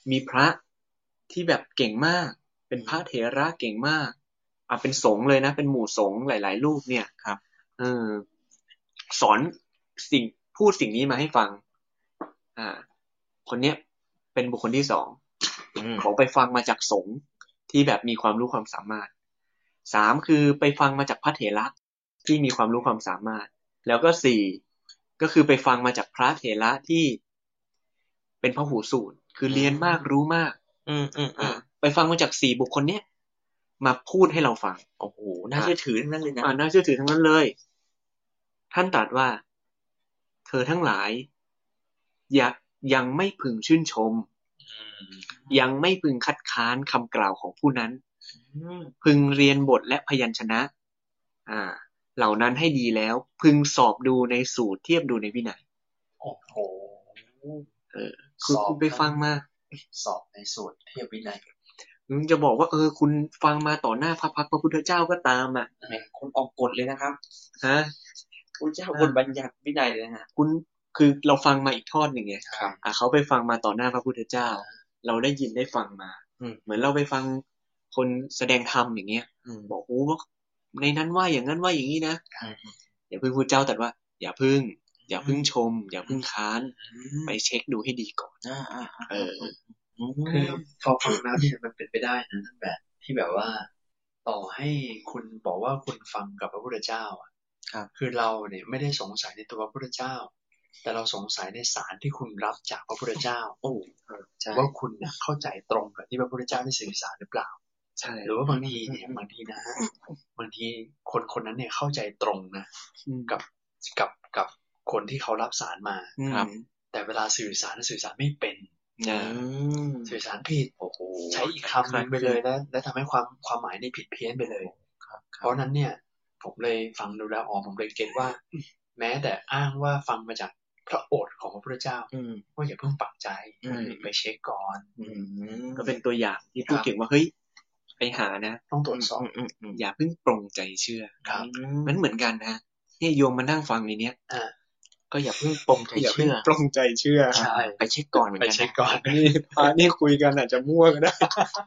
มีพระที่แบบเก่งมากเป็นพระเถระเก่งมากอ่ะเป็นสงฆ์เลยนะเป็นหมู่สงฆ์หลายๆรูปเนี่ยครับเออสอนสิ่งพูดสิ่งนี้มาให้ฟังอ่าคนเนี้ยเป็นบุคคลที่สองเขาไปฟังมาจากสงฆ์ที่แบบมีความรู้ความสามารถสามคือไปฟังมาจากพระเถระที่มีความรู้ความสามารถแล้วก็สี่ก็คือไปฟังมาจากพระเถระที่เป็นพหูสูตรคือเรียนมากรู้มากอืมอืมอ่าไปฟังมาจากสี่บุคคลเนี้ยมาพูดให้เราฟังโอ้โหน่าเชื่อถือทั้งนั้นเลยนะอ่าน่าเชื่อถือทั้งนั้นเลยท่านตรัสว่าเธอทั้งหลายอย่ายังไม่พึงชื่นชมยังไม่พึงคัดค้านคำกล่าวของผู้นั้นพึงเรียนบทและพยัญชนะอ่าเหล่านั้นให้ดีแล้วพึงสอบดูในสูตรเทียบดูในวินัยโอ้โหเออคือคุณไปฟังมาสอบในสูตรเทียบวินัยมึงจะบอกว่าเออคุณฟังมาต่อหน้าพระพักตร์พระพุทธเจ้าก็ตามอ่ะคุณออกกฎเลยนะครับฮะพระเจ้าคนบัญญัติวินัยเลยนะฮะคุณคือเราฟังมาอีกทอดหนึ่งไงครับอ่ะเขาไปฟังมาต่อหน้าพระพุทธเจ้าเราได้ยินได้ฟังมาเหมือนเราไปฟังคนแสดงธรรมอย่างเงี้ยบอกโอ้ว่าในนั้นว่าอย่างนั้นว่าอย่างนี้นะอย่าพึ่งพุทธเจ้าแต่ว่าอย่าพึ่งอย่าพึ่งชมอย่าพึ่งค้านไปเช็คดูให้ดีก่อนเออคือพอฟังแล้วเนี่ยมันเป็นไปได้นะทั้งแบบที่แบบว่าต่อให้คุณบอกว่าคุณฟังกับพระพุทธเจ้าอ่ะคือเราเนี่ยไม่ได้สงสัยในตัวพระพุทธเจ้าแต่เราสงสัยในสารที่คุณรับจากพระพุทธเจ้าโอ้ว่าคุณเนี่ยเข้าใจตรงกับที่พระพุทธเจ้าได้สื่อสารหรือเปล่าใช่หรือว่าบางทีเนี่ยบางทีนะบางทีคนคนนั้นเนี่ยเข้าใจตรงนะกับกับกับคนที่เขารับสารมาครับแต่เวลาสื่อสารสื่อสารไม่เป็นสื่อสารผิดโอ้โหใช้อีกคำนึงไปเลยแล้วและทำให้ความความหมายนี่ผิดเพี้ยนไปเลยเพราะนั้นเนี่ยผมเลยฟังดูแล้วอ๋อผมเลยเก็ตว่าแม้แต่อ้างว่าฟังมาจากพระโอษฐ์ของพระพุทธเจ้าว่าอย่าเพิ่งปักใจไปเช็คก่อนก็เป็นตัวอย่างที่พูดถึงว่าเฮ้ยไปหานะต้องตรวจสอบอย่าเพิ่งปรงใจเชื่อมันเหมือนกันนะนี่โยมมานั่งฟังในเนี้ยก็อย่าเพิ่งปรงใจเชื่อปรงใจเชื่อใช่ไปเช็คก่อนเหมือนกันไปเช็คก่อนนี่พานี่คุยกันอาจจะมั่วก็ได้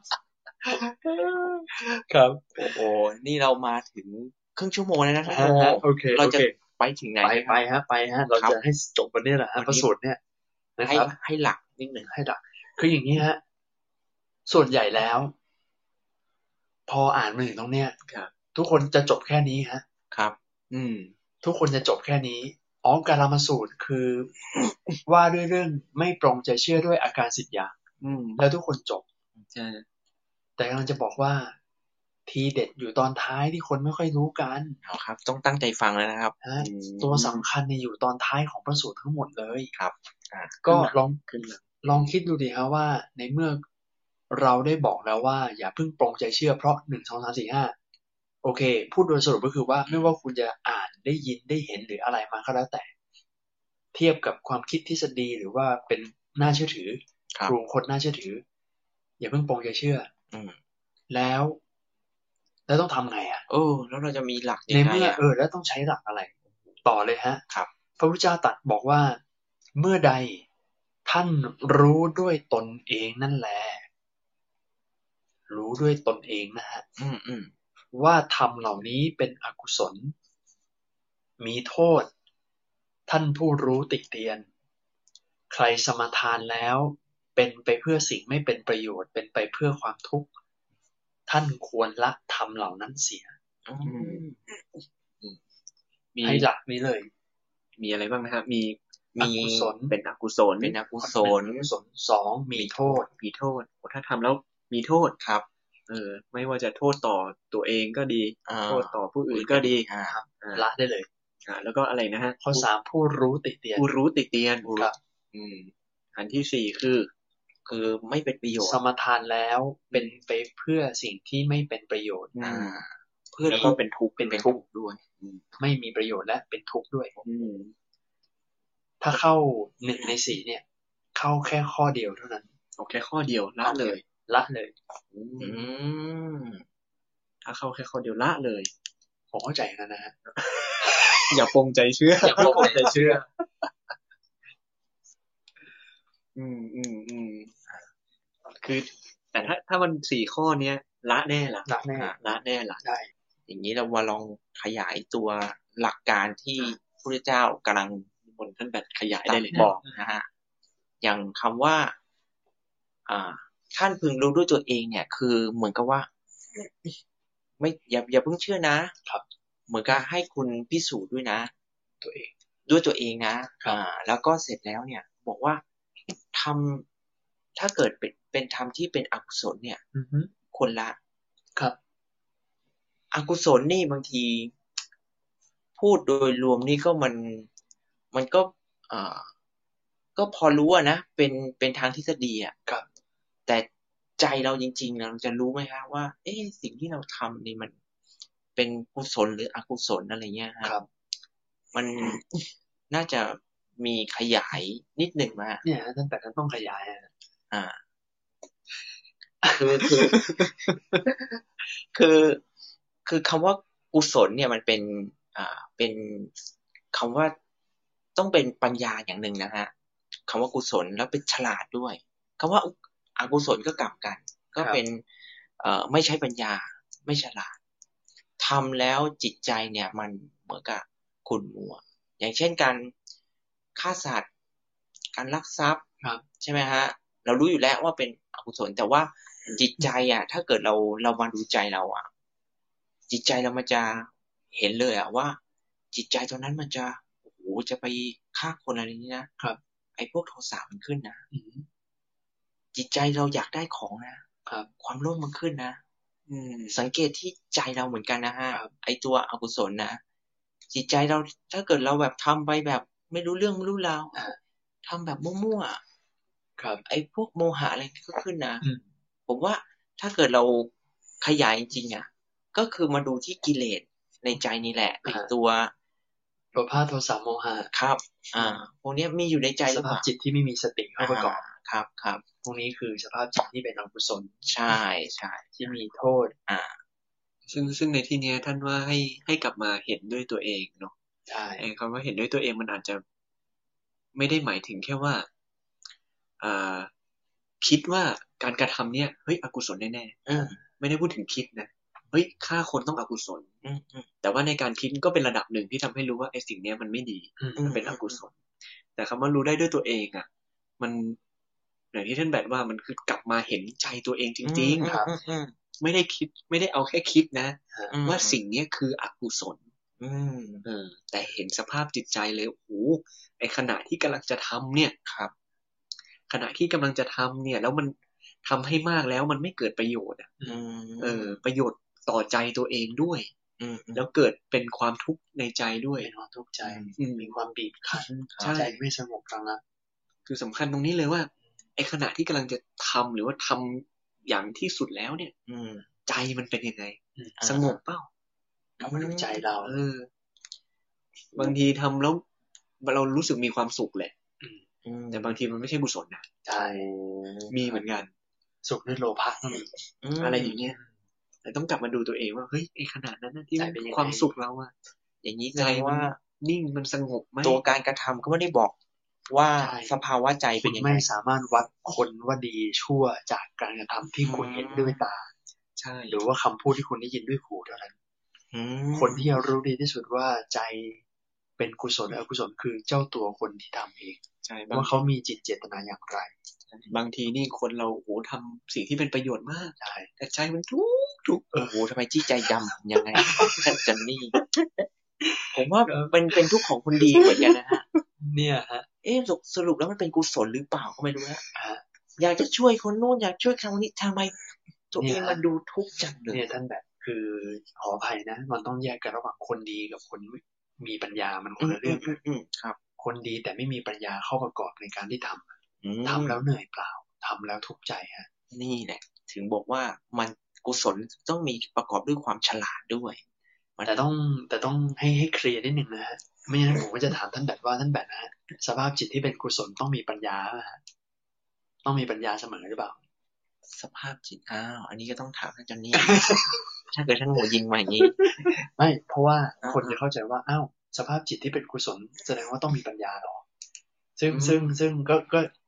ครับโอ้นี่เรามาถึงครึ่งชั่วโมงแล้วนะครับโอเคเราจะไปถึงไหนไปไปฮะไปฮะเราจะให้จบวันนี้แหละพระสูตรเนี่ยนะครับให้หลักนิดหนึ่งให้หลักคืออย่างนี้ฮะส่วนใหญ่แล้วพออ่านมาถึงตรงเนี้ยทุกคนจะจบแค่นี้ฮะครับอืมทุกคนจะจบแค่นี้อ๋อการามสูตรคือว่าด้วยเรื่องไม่ปรงใจเชื่อด้วยอาการสิบอย่างแล้วทุกคนจบใช่แต่กำลังจะบอกว่าทีเด็ดอยู่ตอนท้ายที่คนไม่ค่อยรู้กันเอาครับต้องตั้งใจฟังแล้วนะครับตัวสำคัญเนี่ยอยู่ตอนท้ายของพระสูตรทั้งหมดเลยครับก็ลองลองคิดดูดิฮะว่าในเมื่อเราได้บอกแล้วว่าอย่าเพิ่งปรงใจเชื่อเพราะหนึ่งสองสามสี่ห้าโอเคพูดโดยสรุปก็คือว่าไม่ว่าคุณจะอ่านได้ยินได้เห็นหรืออะไรมาก็แล้วแต่เทียบกับความคิดทฤษฎีหรือว่าเป็นน่าเชื่อถือกลุ่มคนน่าเชื่อถืออย่าเพิ่งปรงใจเชื่อแล้วแล้วต้องทำไงอ่ะเออแล้วเราจะมีหลักยังไงในเมื่อเออแล้วต้องใช้หลักอะไรต่อเลยฮะครับพระพุทธเจ้าตรัสบอกว่าเมื่อใดท่านรู้ด้วยตนเองนั่นแหละรู้ด้วยตนเองนะฮะอืมอืมว่าธรรมเหล่านี้เป็นอกุศลมีโทษท่านผู้รู้ติเตียนใครสมาทานแล้วเป็นไปเพื่อสิ่งไม่เป็นประโยชน์เป็นไปเพื่อความทุกข์ท่านควรละธรรมเหล่านั้นเสียมีให้หลักนี้เลยมีอะไรบ้างนะครับมีมีเป็นอกุศลเป็นอกุศลสองมีโทษมีโทษถ้าทำแล้วมีโทษครับเออไม่ว่าจะโทษต่อตัวเองก็ดีโทษต่อผู้อื่นก็ดีครับละได้เลยอ่าแล้วก็อะไรนะฮะข้อสามผู้รู้ติเตียนผู้รู้ติเตียนครับอืมอันที่สี่คือคือไม่เป็นประโยชน์สมทานแล้วเป็นไปเพื่อสิ่งที่ไม่เป็นประโยชน์อ่าเพื่อแล้วก็เป็นทุกข์เป็นทุกข์ด้วยไม่มีประโยชน์และเป็นทุกข์ด้วยถ้าเข้าหนึ่งในสี่เนี่ยเข้าแค่ข้อเดียวเท่านั้นโอเคข้อเดียวละเลยละเลยอืมถ้าเข้าแค่ข้อเดียวละเลยผมเข้าใจนะนะฮะอย่าปรงใจเชื่ออย่าปรงใจเชื่ออืมอืมอืมคือแต่ถ้าถ้ามันสี่ข้อเนี้ยละแน่ละละแน่ละแน่ละได้อย่างนี้เรามาลองขยายตัวหลักการที่พระพุทธเจ้ากำลังบนท่านแบบขยายได้ได้เลยบอกนะฮะอย่างคำว่าอ่าท่านพึงรู้ด้วยตัวเองเนี่ยคือเหมือนกับว่าไม่อย่าอย่าเพิ่งเชื่อนะครับเหมือนกับให้คุณพิสูจน์ด้วยนะตัวเองด้วยตัวเองนะอ่าแล้วก็เสร็จแล้วเนี่ยบอกว่าทำถ้าเกิดเป็นเป็นธรรมที่เป็นอกุศลเนี่ยคนละครับอกุศลนี่บางทีพูดโดยรวมนี่ก็มันมันก็อ่าก็พอรู้อะนะเป็นเป็นทางทฤษฎีอะครับแต่ใจเราจริงๆเราจะรู้ไหมฮะว่าเอ๊ะสิ่งที่เราทำนี่มันเป็นกุศลหรืออกุศลอะไรเงี้ยครับมันน่าจะมีขยายนิดหนึ่งมาเนี่ยท่านแต่ท่านต้องขยายอ่าคือคือคือคือคำว่ากุศลเนี่ยมันเป็นอ่าเป็นคำว่าต้องเป็นปัญญาอย่างหนึ่งนะฮะคำว่ากุศลแล้วเป็นฉลาดด้วยคำว่าอกุศลก็กลับกันก็เป็นเอ่อไม่ใช้ปัญญาไม่ฉลาดทำแล้วจิตใจเนี่ยมันเหมือนกับขุ่นมัวอย่างเช่นการฆ่าสัตว์การลักทรัพย์ใช่ไหมฮะเรารู้อยู่แล้วว่าเป็นอกุศลแต่ว่าจิตใจอ่ะถ้าเกิดเราเรามาดูใจเราอ่ะจิตใจเรามันจะเห็นเลยอ่ะว่าจิตใจตอนนั้นมันจะโอ้โหจะไปฆ่าคนอะไรนี้นะครับไอ้พวกโทสะมันขึ้นนะจิตใจเราอยากได้ของนะครับความโลภมันขึ้นนะสังเกตที่ใจเราเหมือนกันนะฮะไอ้ตัวอกุศลนะจิตใจเราถ้าเกิดเราแบบทำไปแบบไม่รู้เรื่องไม่รู้ราวทำแบบมั่วๆครับไอ้พวกโมหะอะไรก็ขึ้นนะผมว่าถ้าเกิดเราขยายจริงๆอ่ะก็คือมาดูที่กิเลสในใจนี่แหละไอ้ตัวโลภะโทสะโมหะครับอ่าพวกนี้มีอยู่ในใจสภาพจิตที่ไม่มีสติเข้าประกอบครับครับพวกนี้คือสภาพจิตที่เป็นอกุศลใช่ใช่ที่มีโทษอ่าซึ่งซึ่งในที่นี้ท่านว่าให้ให้กลับมาเห็นด้วยตัวเองเนาะใช่คำว่าเห็นด้วยตัวเองมันอาจจะไม่ได้หมายถึงแค่ว่าอ่าคิดว่าการกระทำเนี่ยเฮ้ยอกุศลแน่ๆไม่ได้พูดถึงคิดนะเฮ้ยฆ่าคนต้องอกุศลแต่ว่าในการคิดก็เป็นระดับหนึ่งที่ทำให้รู้ว่าไอ้สิ่งนี้มันไม่ดีมันเป็นอกุศลแต่คำว่ารู้ได้ด้วยตัวเองอ่ะมันอย่างที่ท่านแบบว่ามันคือกลับมาเห็นใจตัวเองจริงๆครับไม่ได้คิดไม่ได้เอาแค่คิดนะว่าสิ่งนี้คืออกุศลเออแต่เห็นสภาพจิตใจเลยโอ้โหไอ้ขณะที่กำลังจะทำเนี่ยครับขณะที่กำลังจะทำเนี่ยแล้วมันทำให้มากแล้วมันไม่เกิดประโยชน์อ่ะเออประโยชน์ต่อใจตัวเองด้วยแล้วเกิดเป็นความทุกข์ในใจด้วยเป็นความทุกข์ใจมีความบีบคั้นใจไม่สงบระงับคือสำคัญตรงนี้เลยว่าไอ้ขณะที่กำลังจะทำหรือว่าทำอย่างที่สุดแล้วเนี่ยใจมันเป็นยังไงสงบเปล่าเรามาดูใจเราเออบางทีทำแล้วเรารู้สึกมีความสุขแหละแต่บางทีมันไม่ใช่กุศลนะใช่มีเหมือนกันสุขด้วยโลภะก็มีอะไรอย่างเงี้ยแต่ต้องกลับมาดูตัวเองว่าเฮ้ยไอ้ขนาดนั้นนะที่ความสุขเราอะอย่างนี้ใจว่านิ่งมันสงบไหมตัวการกระทำก็ไม่ได้บอกว่าสภาวะใจเป็นยังไงไม่สามารถวัดคนว่าดีชั่วจากการกระทำที่คุณเห็นด้วยตาใช่หรือว่าคำพูดที่คุณได้ยินด้วยหูเท่านั้นคนที่รู้ดีที่สุดว่าใจเป็นกุศลหรืออกุศลคือเจ้าตัวคนที่ทำเองว่าเขามีจิตเจตนาอย่างไรบางทีนี่คนเราโอ้ทำสิ่งที่เป็นประโยชน์มากแต่ใจมันทุกทุกโอ้โหทำไมจี้ใจดำยังไงท่านจันนี่ผมว่าเป็นเป็นทุกข์ของคนดีเหมือนกันนะฮะเนี่ยฮะเอ๊ะสรุปแล้วมันเป็นกุศลหรือเปล่าก็ไม่รู้นะอยากจะช่วยคนโน้นอยากช่วยคำนี้ทำไมตัวเองมันดูทุกข์จังเลยเนี่ยท่านแบบคือขออภัยนะมันต้องแยกกันระหว่างคนดีกับคนมีปัญญามันคนละเรื่องครับคนดีแต่ไม่มีปัญญาเข้าประกอบในการที่ทำทำแล้วเหนื่อยเปล่าทำแล้วทุกข์ใจฮะนี่แหละถึงบอกว่ามันกุศลต้องมีประกอบด้วยความฉลาดด้วยแต่ต้องแต่ต้องให้ให้เคลียร์นิดหนึ่งนะฮะไม่งั้นผมก็จะถามท่านแบบว่าท่านแบบนะฮะสภาพจิตที่เป็นกุศลต้องมีปัญญาฮะต้องมีปัญญาเสมอหรือเปล่าสภาพจิตอ้าวอันนี้ก็ต้องถามท่านจอนนี่ ถ้าเกิดท่านหัวยิงมาอย่างนี้ไม่เพราะว่าคนจะเข้าใจว่าอ้าวสภาพจิตที่เป็นกุศลแสดงว่าต้องมีปัญญาหรอซึ่งซึ่งซึ่งก็ก็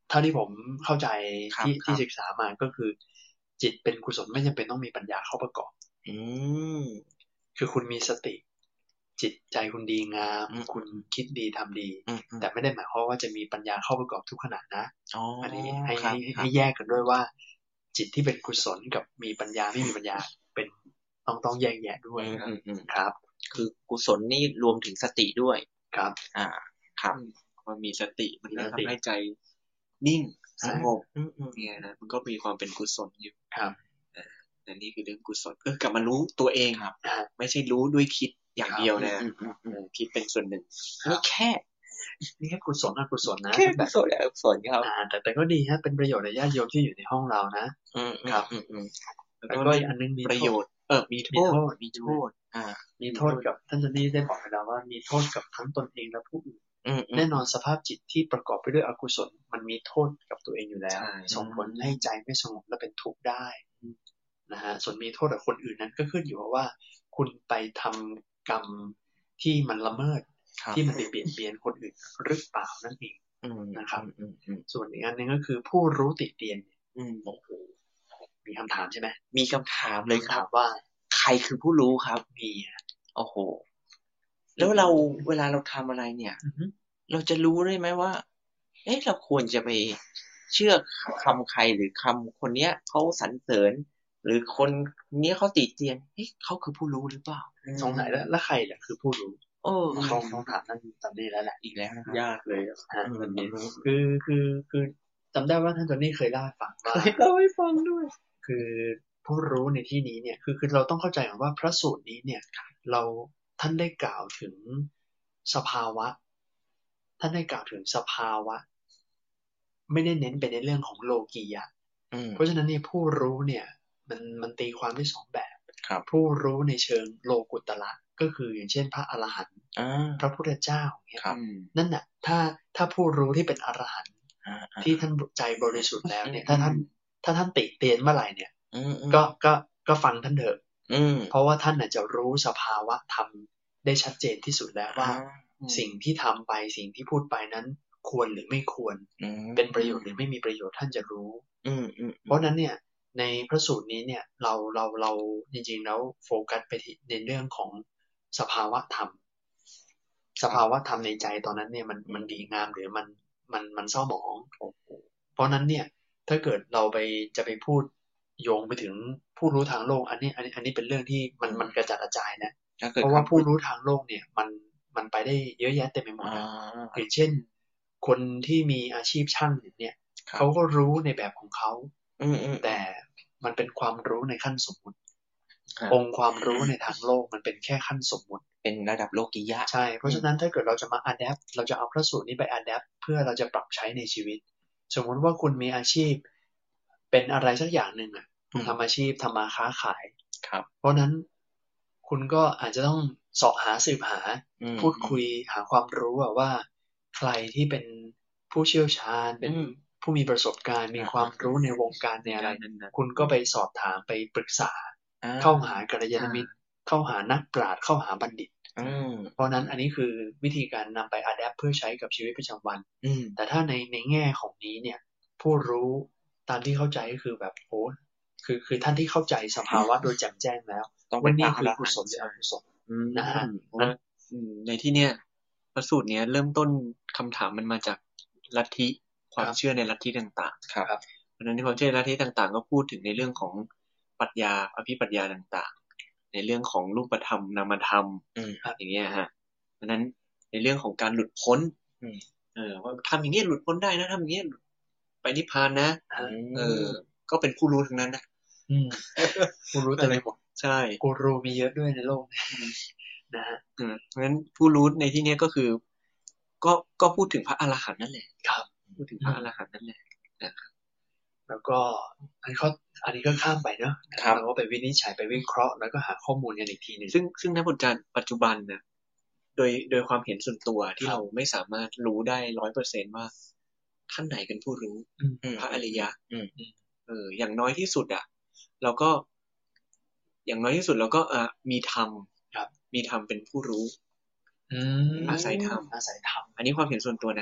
เท่าที่ผมเข้าใจครับที่ครัที่บศึกษามาก็คือ จิตเป็นกุศลไม่จำเป็นต้องมีปัญญาเข้าประกอบอืมคือคุณมีสติ จิตใจคุณดีงามอืมคุณคิดดีทำดีอืมแต่ไม่ได้หมายความว่าจะมีปัญญาเข้าประกอบทุกขณะนะอ๋ออันนี้ให้ครัให้บ ครัให้บแยกกันด้วยว่า จิตที่เป็นกุศลกับมีปัญญาไม่มีปัญญา เป็น ต้อง ต้องแยกแยะด้วยอืม อืมครับคือกุศลนี่รวมถึงสติด้วยครับอ่า ครับพอมีสติมันก็มีสติทำให้ใจนิ่งสงบอืม อืมเนี่ยนะมันก็มีความเป็นกุศลอยู่ครับอ่าแต่นี่คือเรื่องกุศลก็กลับมารู้ตัวเองครับอ่าไม่ใช่รู้ด้วยคิดอย่างเดียวนะอืม อืม อืมเออคิดเป็นส่วนหนึ่งนี่แค่นี่แค่กุศลอกุศลนะแค่แบกุบศลอกุศลครับอ่า แต่ แต่ก็ดีฮะ เป็นประโยชน์ในญาติโยมที่อยู่ในห้องเรานะอืมครับอืม อืมแล้วแล้วก็ก็มีอีกอันนึงมีประโยชน์ เออ มีโทมีษโทษมีโทษอ่ามีโทษกับท่านโจนี่ได้บอกไปแล้วว่ามีโทษกับทั้งตนเองและผู้อื่นอืมแน่นอนสภาพจิตที่ประกอบไปด้วยอกุศลมันมีโทษกับตัวเองอยู่แล้วใช่ส่งผลให้ใจไม่สงบและเป็นทุกข์ได้นะฮะ ส่วนมีโทษกับคนอื่นนั้นก็ขึ้นอยู่กับว่า คุณไปทำกรรมที่มันละเมิดครับที่มันไปเบียดเบียนคนอื่นหรือเปล่านั่นเองอืมนะครับอืม อืมส่วนอีกอันหนึงก็คือผู้รู้ติเตียนอืมโอ้โหมีคำถามใช่ไหมมีคำถามเลยคถารับมว่าใครคือผู้รู้ครับมีโอ้โห แล้วเราเวลาเราทำอะไรเนี่ยอือฮึเราจะรู้ได้ไหมว่า เอ๊ะ เราควรจะไปเชื่อคำใครหรือคำคนเนี้ยเขาสรรเสริญ หรือคนเนี้ยเขาติเตียน เอ๊ะ เขาคือผู้รู้หรือเปล่าสงสัยแล้ว แล้วใครล่ะคือผู้รู้เออต้องต้องถามท่านตอนนี้แล้วแหละอีกแล้วนะครับยากเลยอะฮะอืมวันนี้ คือคือคือจำได้ว่าท่านโจนี่เคยเล่าให้ฟังว่าเคยเล่าให้ฟังด้วยคือผู้รู้ในที่นี้เนี่ย คือคือเราต้องเข้าใจก่อนว่าพระสูตรนี้เนี่ย เราท่านได้กล่าวถึงสภาวะ ท่านได้กล่าวถึงสภาวะ ไม่ได้เน้นไปในเรื่องของโลกียะอืมเพราะฉะนั้นเนี่ยผู้รู้เนี่ย มันมันตีความได้สองแบบครับผู้รู้ในเชิงโลกุตระก็คืออย่างเช่นพระอรหันต์อ่าพระพุทธเจ้าเนี่ยครับอืมนั่นน่ะถ้าถ้าผู้รู้ที่เป็นอรหันต์อ่าที่ท่านใจบริสุทธิ์แล้วเนี่ยอืมถ้าท่านถ้าท่านติเตียนเมื่อไหร่เนี่ยอืมก็ก็ก็ฟังท่านเถอะอืมเพราะว่าท่านน่ะจะรู้สภาวะธรรมได้ชัดเจนที่สุดแล้วว่าอืมสิ่งที่ทำไปสิ่งที่พูดไปนั้นควรหรือไม่ควรอืมเป็นประโยชน์หรือไม่มีประโยชน์ท่านจะรู้อืม อืมเพราะฉะนั้นเนี่ยในพระสูตรนี้เนี่ยเราเราเราจริงๆแล้วโฟกัสไปที่ในเรื่องของสภาวะธรรม สภาวะธรรมในใจตอนนั้นเนี่ยมันมันดีงามหรือมันมันมันเศร้าหมอง เพราะนั้นเนี่ยถ้าเกิดเราไปจะไปพูดโยงไปถึงผู้รู้ทางโลกอันนี้อันนี้อันนี้เป็นเรื่องที่มันมันกระจัดกระจายนะ เพราะว่าผู้รู้ทางโลกเนี่ยมันมันไปได้เยอะแยะเต็มไปหมดอ่าอย่างเช่น คนที่มีอาชีพช่างเนี่ยเขาก็รู้ในแบบของเขาอืม อืมแต่มันเป็นความรู้ในขั้นสมมุติครับองค์ความรู้ในทางโลกมันเป็นแค่ขั้นสมมุติเป็นระดับโลกียะใช่ เพราะฉะนั้นถ้าเกิดเราจะมา adapt เราจะเอาพระสูตรนี้ไป adapt เพื่อเราจะปรับใช้ในชีวิต สมมุติว่าคุณมีอาชีพเป็นอะไรสักอย่างหนึ่งอ่ะอืมทำอาชีพทำมาค้าขายครับเพราะนั้นคุณก็อาจจะต้องเสาะหาสืบหาอืมพูดคุยหาความรู้อะว่าใครที่เป็นผู้เชี่ยวชาญ เป็นอืมผู้มีประสบการณ์ มีอ่าความรู้ในวงการในอะไรนั้นนั้นคุณก็ไปสอบถามไปปรึกษาอ่าเข้าหากัลยาณมิตร เข้าหานักปราชญ์เข้าหาบัณฑิตอืมเพราะนั้นอันนี้คือวิธีการนำไป adapt เพื่อใช้กับชีวิตประจำวันอืมแต่ถ้าในในแง่ของนี้เนี่ยผู้รู้ตามที่เข้าใจก็คือแบบโอ้คือคือท่านที่เข้าใจสภาวะโดยแจ่มแจ้งแล้วต้องเป็ว่าน นี่พระคืออรหันต์กุศลหรืออกุศลอืมนะฮะนะอืมในที่เนี้ยพระสูตรเนี้ยเริ่มต้นคำถามมันมาจากลัทธิความเชื่อในลัทธิต่างๆครับเพราะฉะนั้นในความเชื่อในลัทธิต่างๆ ก็พูดถึงในเรื่องของปรัชญาอภิปรัชญาต่างๆ ในเรื่องของรูปธรรมนามธรรมอืมอย่างเงี้ยฮะเพราะฉะนั้นในเรื่องของการหลุดพ้นอืมเออว่าทำอย่างเงี้ยหลุดพ้นได้นะทำอย่างเงี้ยไปนิพพานนะอืมเออ ก็เป็นผู้รู้ทั้งนั้นนะอืมผู้รู้เต็มไปหมดใช่กูรูมีเยอะด้วยในโลกนะฮะอืมเพราะฉะนั้นผู้รู้ในที่เนี้ยก็คือ ก็ก็พูดถึงพระอรหันต์นั่นแหละครับพูดถึงพระอรหันต์นั่นแหละนะครับแล้วก็อันนี้ก็อันนี้ก็ข้ามไปเนาะเราก็ไปวินิจฉัยไปวิเคราะห์แล้วก็หาข้อมูลกันอีกทีหนึ่งซึ่งซึ่งในปัจจุบันนะโดยโดยความเห็นส่วนตัวที่เราไม่สามารถรู้ได้ร้อยเปอร์เซนต์ว่าท่านไหนเป็นผู้รู้อืมพระอริยะอืมเอออย่างน้อยที่สุดอ่ะ เราก็ อย่างน้อยที่สุดเราก็อ่ะมีธรรมครับมีธรรมเป็นผู้รู้อืมอาศัยธรรมอาศัยธรรมอันนี้ความเห็นส่วนตัวนะ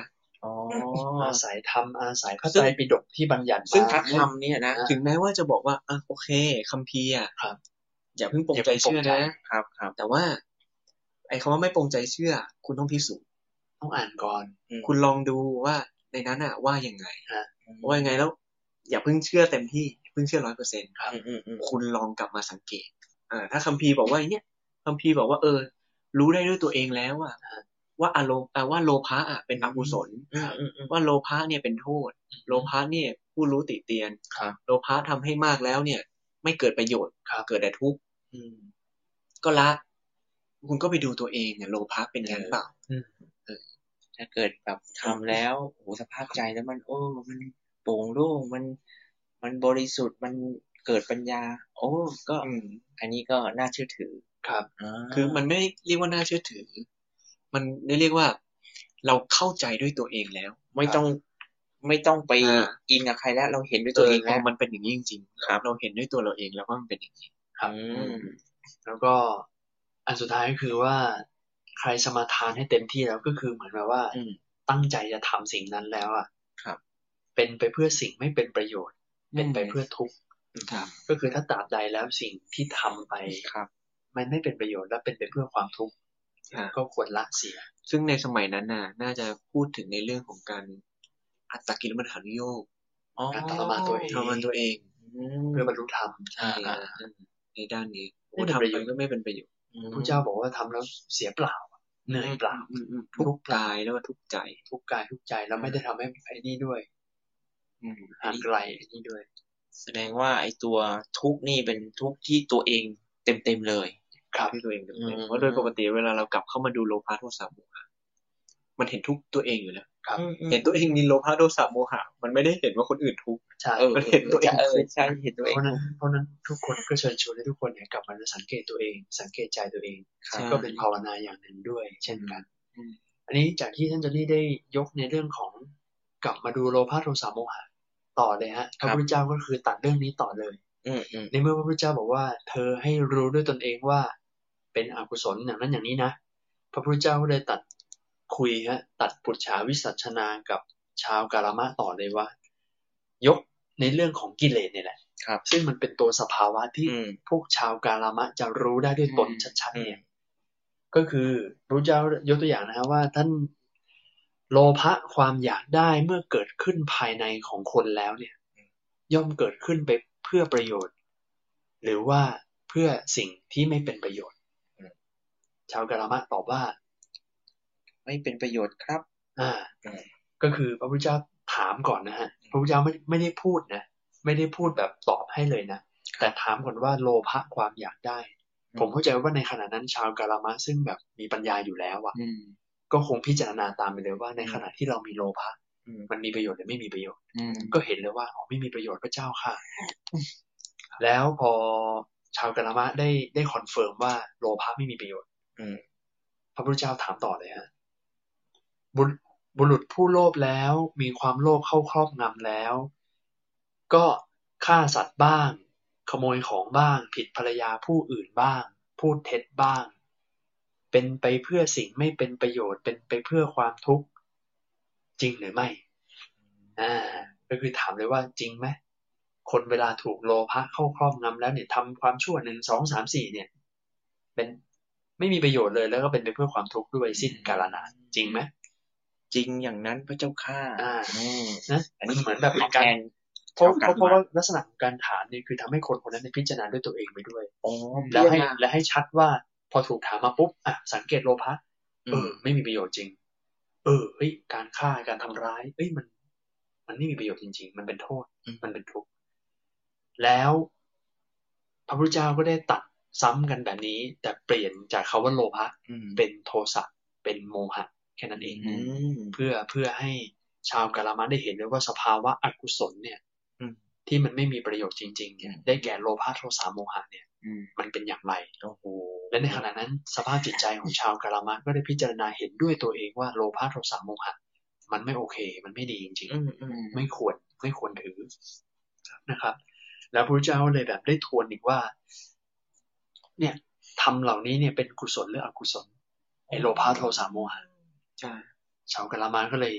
อ๋ออาศัยธรรมอาศัยพระไตรปิฎกที่บัญญัติมาซึ่งพระธรรมเนี่ยนะถึงแม้ว่าจะบอกว่าอ่ะโอเคคัมภีร์อ่ะครับอย่าเพิ่งปรงใจเชื่อนะครับครับแต่ว่าไอ้คำว่าไม่ปรงใจเชื่อคุณต้องพิสูจน์ต้องอ่านก่อนคุณลองดูว่าในนั้นอ่ะว่ายังไงว่ายังไงแล้วอย่าเพิ่งเชื่อเต็มที่เพิ่งเชื่อร้อยเปอร์เซ็นต์ครับคุณลองกลับมาสังเกตอ่าถ้าคัมภีร์บอกว่าอย่างเนี้ยคัมภีร์บอกว่าเออรู้ได้ด้วยตัวเองแล้วว่าว่าอารมณ์ว่าโลภะอ่ะเป็นอกุศลว่าโลภะเนี่ยเป็นโทษโลภะเนี่ยผู้รู้ติเตียนโลภะทำให้มากแล้วเนี่ยไม่เกิดประโยชน์เกิดแต่ทุกข์ก็ละคุณก็ไปดูตัวเองเนี่ยโลภะเป็นยังไงเปล่าถ้าเกิดแบบทำแล้วโอ้สภาพใจแล้วมันโอ้มันโปร่งโล่งมันมันบริสุทธิ์มันเกิดปัญญาโอ้ก็อันนี้ก็น่าเชื่อถือครับคือมันไม่เรียกว่าน่าเชื่อถือมันเรียกว่าเราเข้าใจด้วยตัวเองแล้วไม่ต้องไม่ต้องไปอิงกับใครแล้วเราเห็นด้วยตัวเองแล้วมันเป็นอย่างนี้จริงๆครับเราเห็นด้วยตัวเราเองแล้วว่ามันเป็นอย่างนี้ครับแล้วก็อันสุดท้ายก็คือว่าใครสมาทานให้เต็มที่แล้วก็คือเหมือนแบบว่าตั้งใจจะทำสิ่งนั้นแล้วอ่ะครับเป็นไปเพื่อสิ่งไม่เป็นประโยชน์เป็นไปเพื่อทุกข์ก็คือถ้าตราบใดแล้วสิ่งที่ทำไปครับมันไม่เป็นประโยชน์และเป็นไปเพื่อความทุกข์ก็ควรละเสียซึ่งในสมัยนั้นน่ะน่าจะพูดถึงในเรื่องของการอัตตกิลมัฏฐานุโยคการทรมานตัวเองทรมานตัวเองเพื่อบรรลุธรรมใช่ในด้านนี้ทำไปก็ไม่เป็นประโยชน์พระเจ้าบอกว่าทำแล้วเสียเปล่าเหนื่อยเปล่าทุกกายแล้วก็ทุกใจทุกกายทุกใจแล้วไม่ได้ทำให้ไอ้นี่ด้วยห่างไกลไอ้นี่ด้วยแสดงว่าไอ้ตัวทุกนี่เป็นทุกที่ตัวเองเต็มๆเลยครับที่ตัวเองเต็มๆเพราะโดยปกติเวลาเรากลับเข้ามาดูโลภะโทสะโมหะมันเห็นทุกตัวเองอยู่แล้วเห็นตัวเองมีโลภะโทสะโมหะมันไม่ได้เห็นว่าคนอื่นทุกข์มันเห็นตัวเองใช่เห็นตัวเองเพราะนั้นเพราะนั้นทุกคนก็เชิญชวนให้ทุกคนเนี่ยกลับมาสังเกตตัวเองสังเกตใจตัวเองก็เป็นภาวนาอย่างหนึ่งด้วยเช่นกันอันนี้จากที่ท่านเจนี่ได้ยกในเรื่องของกลับมาดูโลภะโทสะโมหะต่อเลยฮะพระพุทธเจ้าก็คือตัดเรื่องนี้ต่อเลยในเมื่อพระพุทธเจ้าบอกว่าเธอให้รู้ด้วยตนเองว่าเป็นอกุศลอย่างนั้นอย่างนี้นะพระพุทธเจ้าก็เลยตัดคุยฮะตัดปุจฉาวิสัชนากับชาวกาลมะต่อเลยว่ายกในเรื่องของกิเลสเนี่ยแหละซึ่งมันเป็นตัวสภาวะที่พวกชาวกาลมะจะรู้ได้ด้วยตนชัดๆเนี่ยก็คือพระเจ้ายกตัวอย่างนะฮะว่าท่านโลภะความอยากได้เมื่อเกิดขึ้นภายในของคนแล้วเนี่ยย่อมเกิดขึ้นไปเพื่อประโยชน์หรือว่าเพื่อสิ่งที่ไม่เป็นประโยชน์ชาวกาลมะตอบว่าไม่เป็นประโยชน์ครับอ่าก็คือพระพุทธเจ้าถามก่อนนะฮะพระพุทธเจ้าไม่ไม่ได้พูดนะไม่ได้พูดแบบตอบให้เลยนะแต่ถามก่อนว่าโลภะความอยากได้ผมเข้าใจว่าในขณะนั้นชาวกาลมะซึ่งแบบมีปัญญาอยู่แล้วอ่ะก็คงพิจารณาตามไปเลยว่าในขณะที่เรามีโลภะมันมีประโยชน์หรือไม่มีประโยชน์ก็เห็นเลยว่าอ๋อไม่มีประโยชน์พระเจ้าค่ะแล้วพอชาวกาลมะได้ได้คอนเฟิร์มว่าโลภะไม่มีประโยชน์พระพุทธเจ้าถามต่อเลยฮะบุรุษผู้โลภแล้วมีความโลภเข้าครอบงำแล้วก็ฆ่าสัตว์บ้างขโมยของบ้างผิดภรรยาผู้อื่นบ้างพูดเท็จบ้างเป็นไปเพื่อสิ่งไม่เป็นประโยชน์เป็นไปเพื่อความทุกข์จริงหรือไม่อ่าก็คือถามเลยว่าจริงไหมคนเวลาถูกโลภะเข้าครอบงำแล้วเนี่ยทำความชั่วหนึ่งสองสามสี่เนี่ยเป็นไม่มีประโยชน์เลยแล้วก็เป็นไปเพื่อความทุกข์ด้วยสิ้นกาลนานจริงไหมจริงอย่างนั้นพระเจ้าข้าอ่านะอันนี้เหมือนแบบเป็นการเพราะเพราะว่าลักษณะของการถามนี่คือทำให้คนคนนั้นพิจารณาด้วยตัวเองไปด้วยแล้วให้และให้ชัดว่าพอถูกถามมาปุ๊บอ่ะสังเกตโลภะเออไม่มีประโยชน์จริงเออเฮ้ยการฆ่าการทำร้ายเอ้ยมันมันไม่มีประโยชน์จริงๆมันเป็นโทษมันเป็นทุกข์แล้วพระพุทธเจ้าก็ได้ตัดซ้ำกันแบบนี้แต่เปลี่ยนจากคาว่าโลภะเป็นโทสะเป็นโมหะแค่นั้นเองเพื่อเพื่อให้ชาวกาลมะได้เห็นเลยว่าสภาวะอกุศลเนี่ยที่มันไม่มีประโยชน์จริงๆเนี่ยได้แก่โลภะโทสะโมหะเนี่ยมันเป็นอย่างไรโอ้โหและในขณะนั้นสภาพจิตใจของชาวกาลมะก็ได้พิจารณาเห็นด้วยตัวเองว่าโลภะโทสะโมหะมันไม่โอเคมันไม่ดีจริงๆไม่ควรไม่ควรถือนะครับแล้วพระพุทธเจ้าเลยแบบได้ทวนอีกว่าเนี่ยทำเหล่านี้เนี่ยเป็นกุศลหรืออกุศลไอโลภะโทสะโมหะใช่ชาวกาลมะก็เลย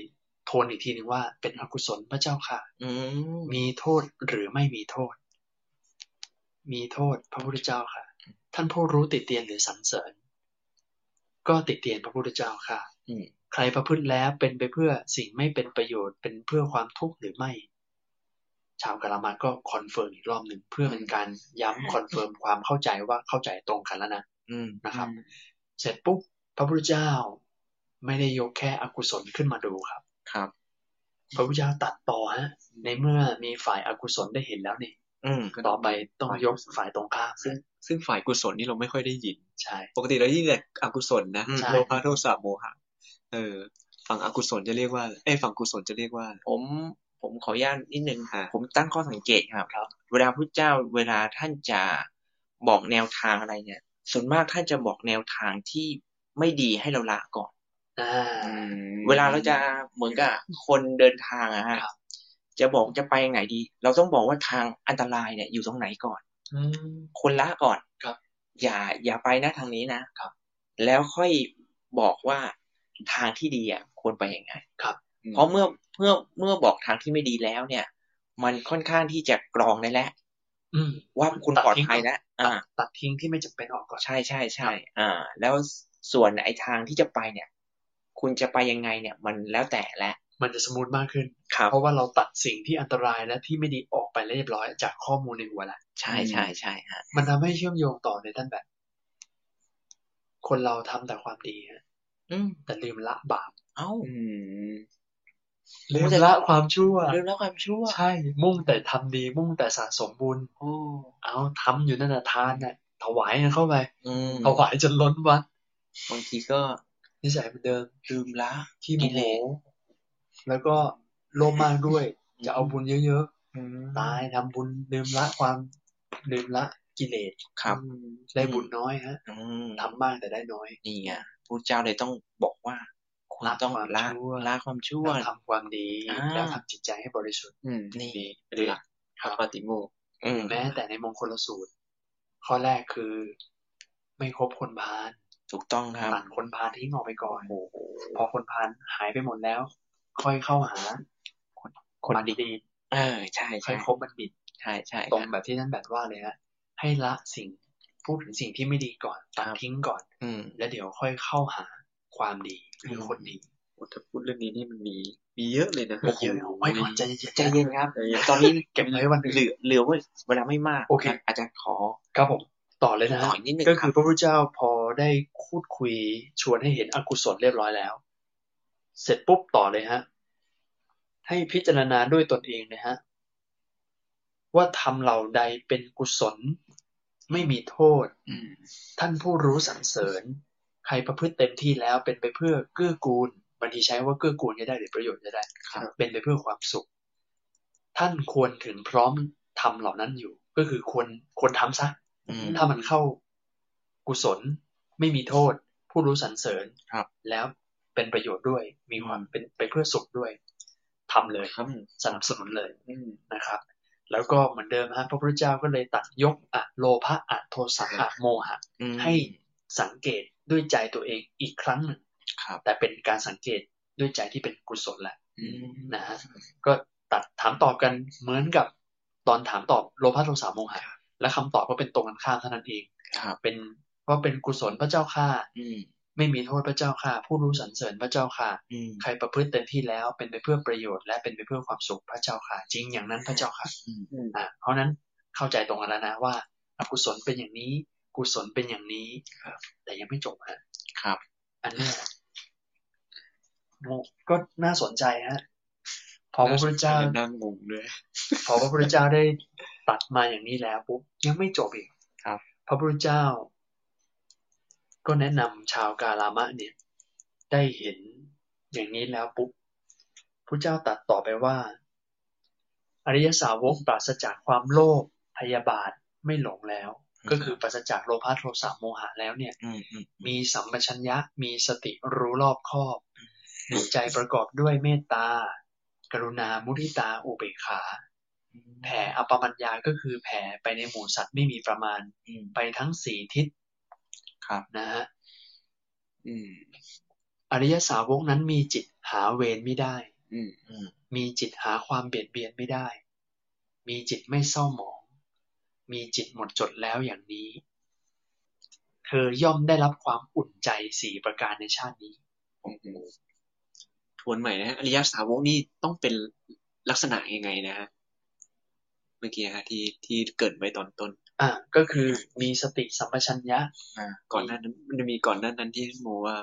ทวนอีกทีหนึ่งว่าเป็นอกุศลพระเจ้าค่ะมีโทษหรือไม่มีโทษมีโทษพระพุทธเจ้าค่ะท่านผู้รู้ติเตียนหรือสรรเสริญก็ติเตียนพระพุทธเจ้าค่ะใครประพฤติแล้วเป็นไปเพื่อสิ่งไม่เป็นประโยชน์เป็นเพื่อความทุกข์หรือไม่ชาวกาลามะก็คอนเฟิร์มอีกรอบหนึ่งเพื่อเป็นการย้ำคอนเฟิร์มความเข้าใจว่าเข้าใจตรงกันแล้วนะนะครับเสร็จปุ๊บพระพุทธเจ้าไม่ได้ยกแค่อกุศลขึ้นมาดูครับครับพระพุทธเจ้าตัดต่อฮะในเมื่อมีฝ่ายอกุศลได้เห็นแล้วนี่ต่อไปต้องยกฝ่ายตรงข้ามซึ่งซึ่งฝ่ายกุศลนี่เราไม่ค่อยได้ยินใช่ปกติเราได้ยินแต่อกุศลนะโลภะโทสะโมหะเออฝั่งอกุศลจะเรียกว่าเอ้ฝั่งกุศลจะเรียกว่าผมผมขออนุญาตนิดนึงผมตั้งข้อสังเกตครับเวลาพุทธเจ้าเวลาท่านจะบอกแนวทางอะไรเนี่ยส่วนมากท่านจะบอกแนวทางที่ไม่ดีให้เราละก่อนเวลาเราจะเหมือนกับคนเดินทางอะฮะจะบอกจะไปยังไงดีเราต้องบอกว่าทางอันตรายเนี่ยอยู่ตรงไหนก่อนคนละก่อนครับอย่าอย่าไปนะทางนี้นะครับแล้วค่อยบอกว่าทางที่ดีอ่ะควรไปยังไงครับเพราะเมื่อเมื่อเมื่อบอกทางที่ไม่ดีแล้วเนี่ยมันค่อนข้างที่จะกรองได้แล้วว่าคุณปลอดภัยแล้วอ่าตัดทิ้งที่ไม่จำเป็นออกก่อนใช่ใช่ใช่อ่าแล้วส่วนไอ้ทางที่จะไปเนี่ยคุณจะไปยังไงเนี่ยมันแล้วแต่ละมันจะสมูทมากขึ้นเพราะว่าเราตัดสิ่งที่อันตรายและที่ไม่ดีออกไปเรียบร้อยจากข้อมูลในหัวแล้วใช่ใช่ใช่ฮะมันทำให้เชื่อมโยงต่อในท่านแบบคนเราทำแต่ความดีฮะแต่ลืมละบาปเอ้าลืมละความชั่วลืมละความชั่วใช่มุ่งแต่ทำดีมุ่งแต่สะสมบุญโอ้เอาทำอยู่นั่นน่ะทานน่ะถวายเข้าไปถวายจนล้นวัดบางทีก็นิสัยเหมือนเดิมลืมละที่โมโหแล้วก็โลภมากด้วยจะเอาบุญเยอะๆตายทำบุญลืมละความลืมละกิเลสครับได้บุญน้อยฮะทำบ้างแต่ได้น้อยนี่ไงพระเจ้าเลยต้องบอกว่าคุณต้องละละความชั่วทำความดีแล้วทำจิตใจให้บริสุทธิ์นี่หรือครับปฏิโมกข์แม้แต่ในมงคลสูตรข้อแรกคือไม่คบคนพาลถูกต้องครับตัดคนพาลทิ้งออกไปก่อนพอคนพาลหายไปหมดแล้วค่อยเข้าหาคนดีๆเออใช่ค่อยคบบัณฑิตใช่ใช่ตรงแบบที่ท่านแบบว่าเลยฮะให้ละสิ่งพูดถึงสิ่งที่ไม่ดีก่อนตัดทิ้งก่อนแล้วเดี๋ยวค่อยเข้าหาความดีหรือคนดีถ้าพูดเรื่องนี้นี่มันมีมีเยอะเลยนะเยอะไว้ก่อนใจเย็นใจเย็นครับตอนนี้เก็บไว้วันเหลือเหลือไว้เวลาไม่มากโอเคอาจจะขอครับผมต่อเลยนะฮะก็คือพระพุทธเจ้าพอได้พูดคุยชวนให้เห็นอกุศลเรียบร้อยแล้วเสร็จปุ๊บต่อเลยฮะให้พิจารณาด้วยตนเองนะฮะว่าทำเหล่าใดเป็นกุศลไม่มีโทษท่านผู้รู้สรรเสริญใครประพฤติเต็มที่แล้วเป็นไปเพื่อเกื้อกูลบางทีใช้ว่าเกื้อกูลจะได้หรือประโยชน์จะได้เป็นไปเพื่อความสุขท่านควรถึงพร้อมทำเหล่านั้นอยู่ก็คือควรควรทำซะถ้ามันเข้ากุศลไม่มีโทษผู้รู้สรรเสริญแล้วเป็นประโยชน์ด้วยมีความเป็นไปเพื่อสุขด้วยทำเลยสนับสนุนเลยนะครับแล้วก็เหมือนเดิมฮะพระพุทธเจ้าก็เลยตัดยกอโลภะอโทสะอโมหะให้สังเกตด้วยใจตัวเองอีกครั้งหนึ่งแต่เป็นการสังเกตด้วยใจที่เป็นกุศลแหละนะฮะก็ตัดถามตอบกันเหมือนกับตอนถามตอบโลภะโทสะโมหะและคำตอบก็เป็นตรงกันข้ามเท่านั้นเองเป็นว่าเป็นกุศลพระเจ้าข้าไม่มีโทษพระเจ้าข้าผู้รู้สรรเสริญพระเจ้าข้าใครประพฤติเต็มที่แล้วเป็นไปเพื่อประโยชน์และเป็นไปเพื่อความสุขพระเจ้าข้าจริงอย่างนั้นพระเจ้าข้าอ่าเพราะนั้นเข้าใจตรงกันแล้วนะว่าอกุศลเป็นอย่างนี้กุศลเป็นอย่างนี้แต่ยังไม่จบฮะครับอันนี้ก็น่าสนใจฮะพอพระพุทธเจ้านั่งงงด้วยพอพระพุทธเจ้าได้ตัดมาอย่างนี้แล้วปุ๊บยังไม่จบอีกครับพระพุทธเจ้าก็แนะนำชาวกาลามะเนี่ยได้เห็นอย่างนี้แล้วปุ๊บพระเจ้าตรัสต่อไปว่าอริยสาวกปราศจากความโลภพยาบาทไม่หลงแล้วก็คือปราศจากโลภะโทสะโมหะแล้วเนี่ยมีสัมปชัญญะมีสติรู้รอบคอบมีใจประกอบด้วยเมตตากรุณามุทิตาอุเบกขาแผ่อปมัญญาก็คือแผ่ไปในหมู่สัตว์ไม่มีประมาณไปทั้งสี่ทิศครับนะฮะอริยสาวกนั้นมีจิตหาเวรไม่ได้อืมมีจิตหาความเบียดเบียนไม่ได้มีจิตไม่เศร้าหมองมีจิตหมดจดแล้วอย่างนี้เธอย่อมได้รับความอุ่นใจสี่ประการในชาตินี้ทวนใหม่นะอริยสาวกนี่ต้องเป็นลักษณะยังไงนะฮะเมื่อกี้ฮะที่ที่เกิดไว้ตอนต้นอ่าก็คือมีสติสัมปชัญญะอ่าก่อนหน้านั้นมันจะมีก่อนหน้านั้นที่ท่านโมว่า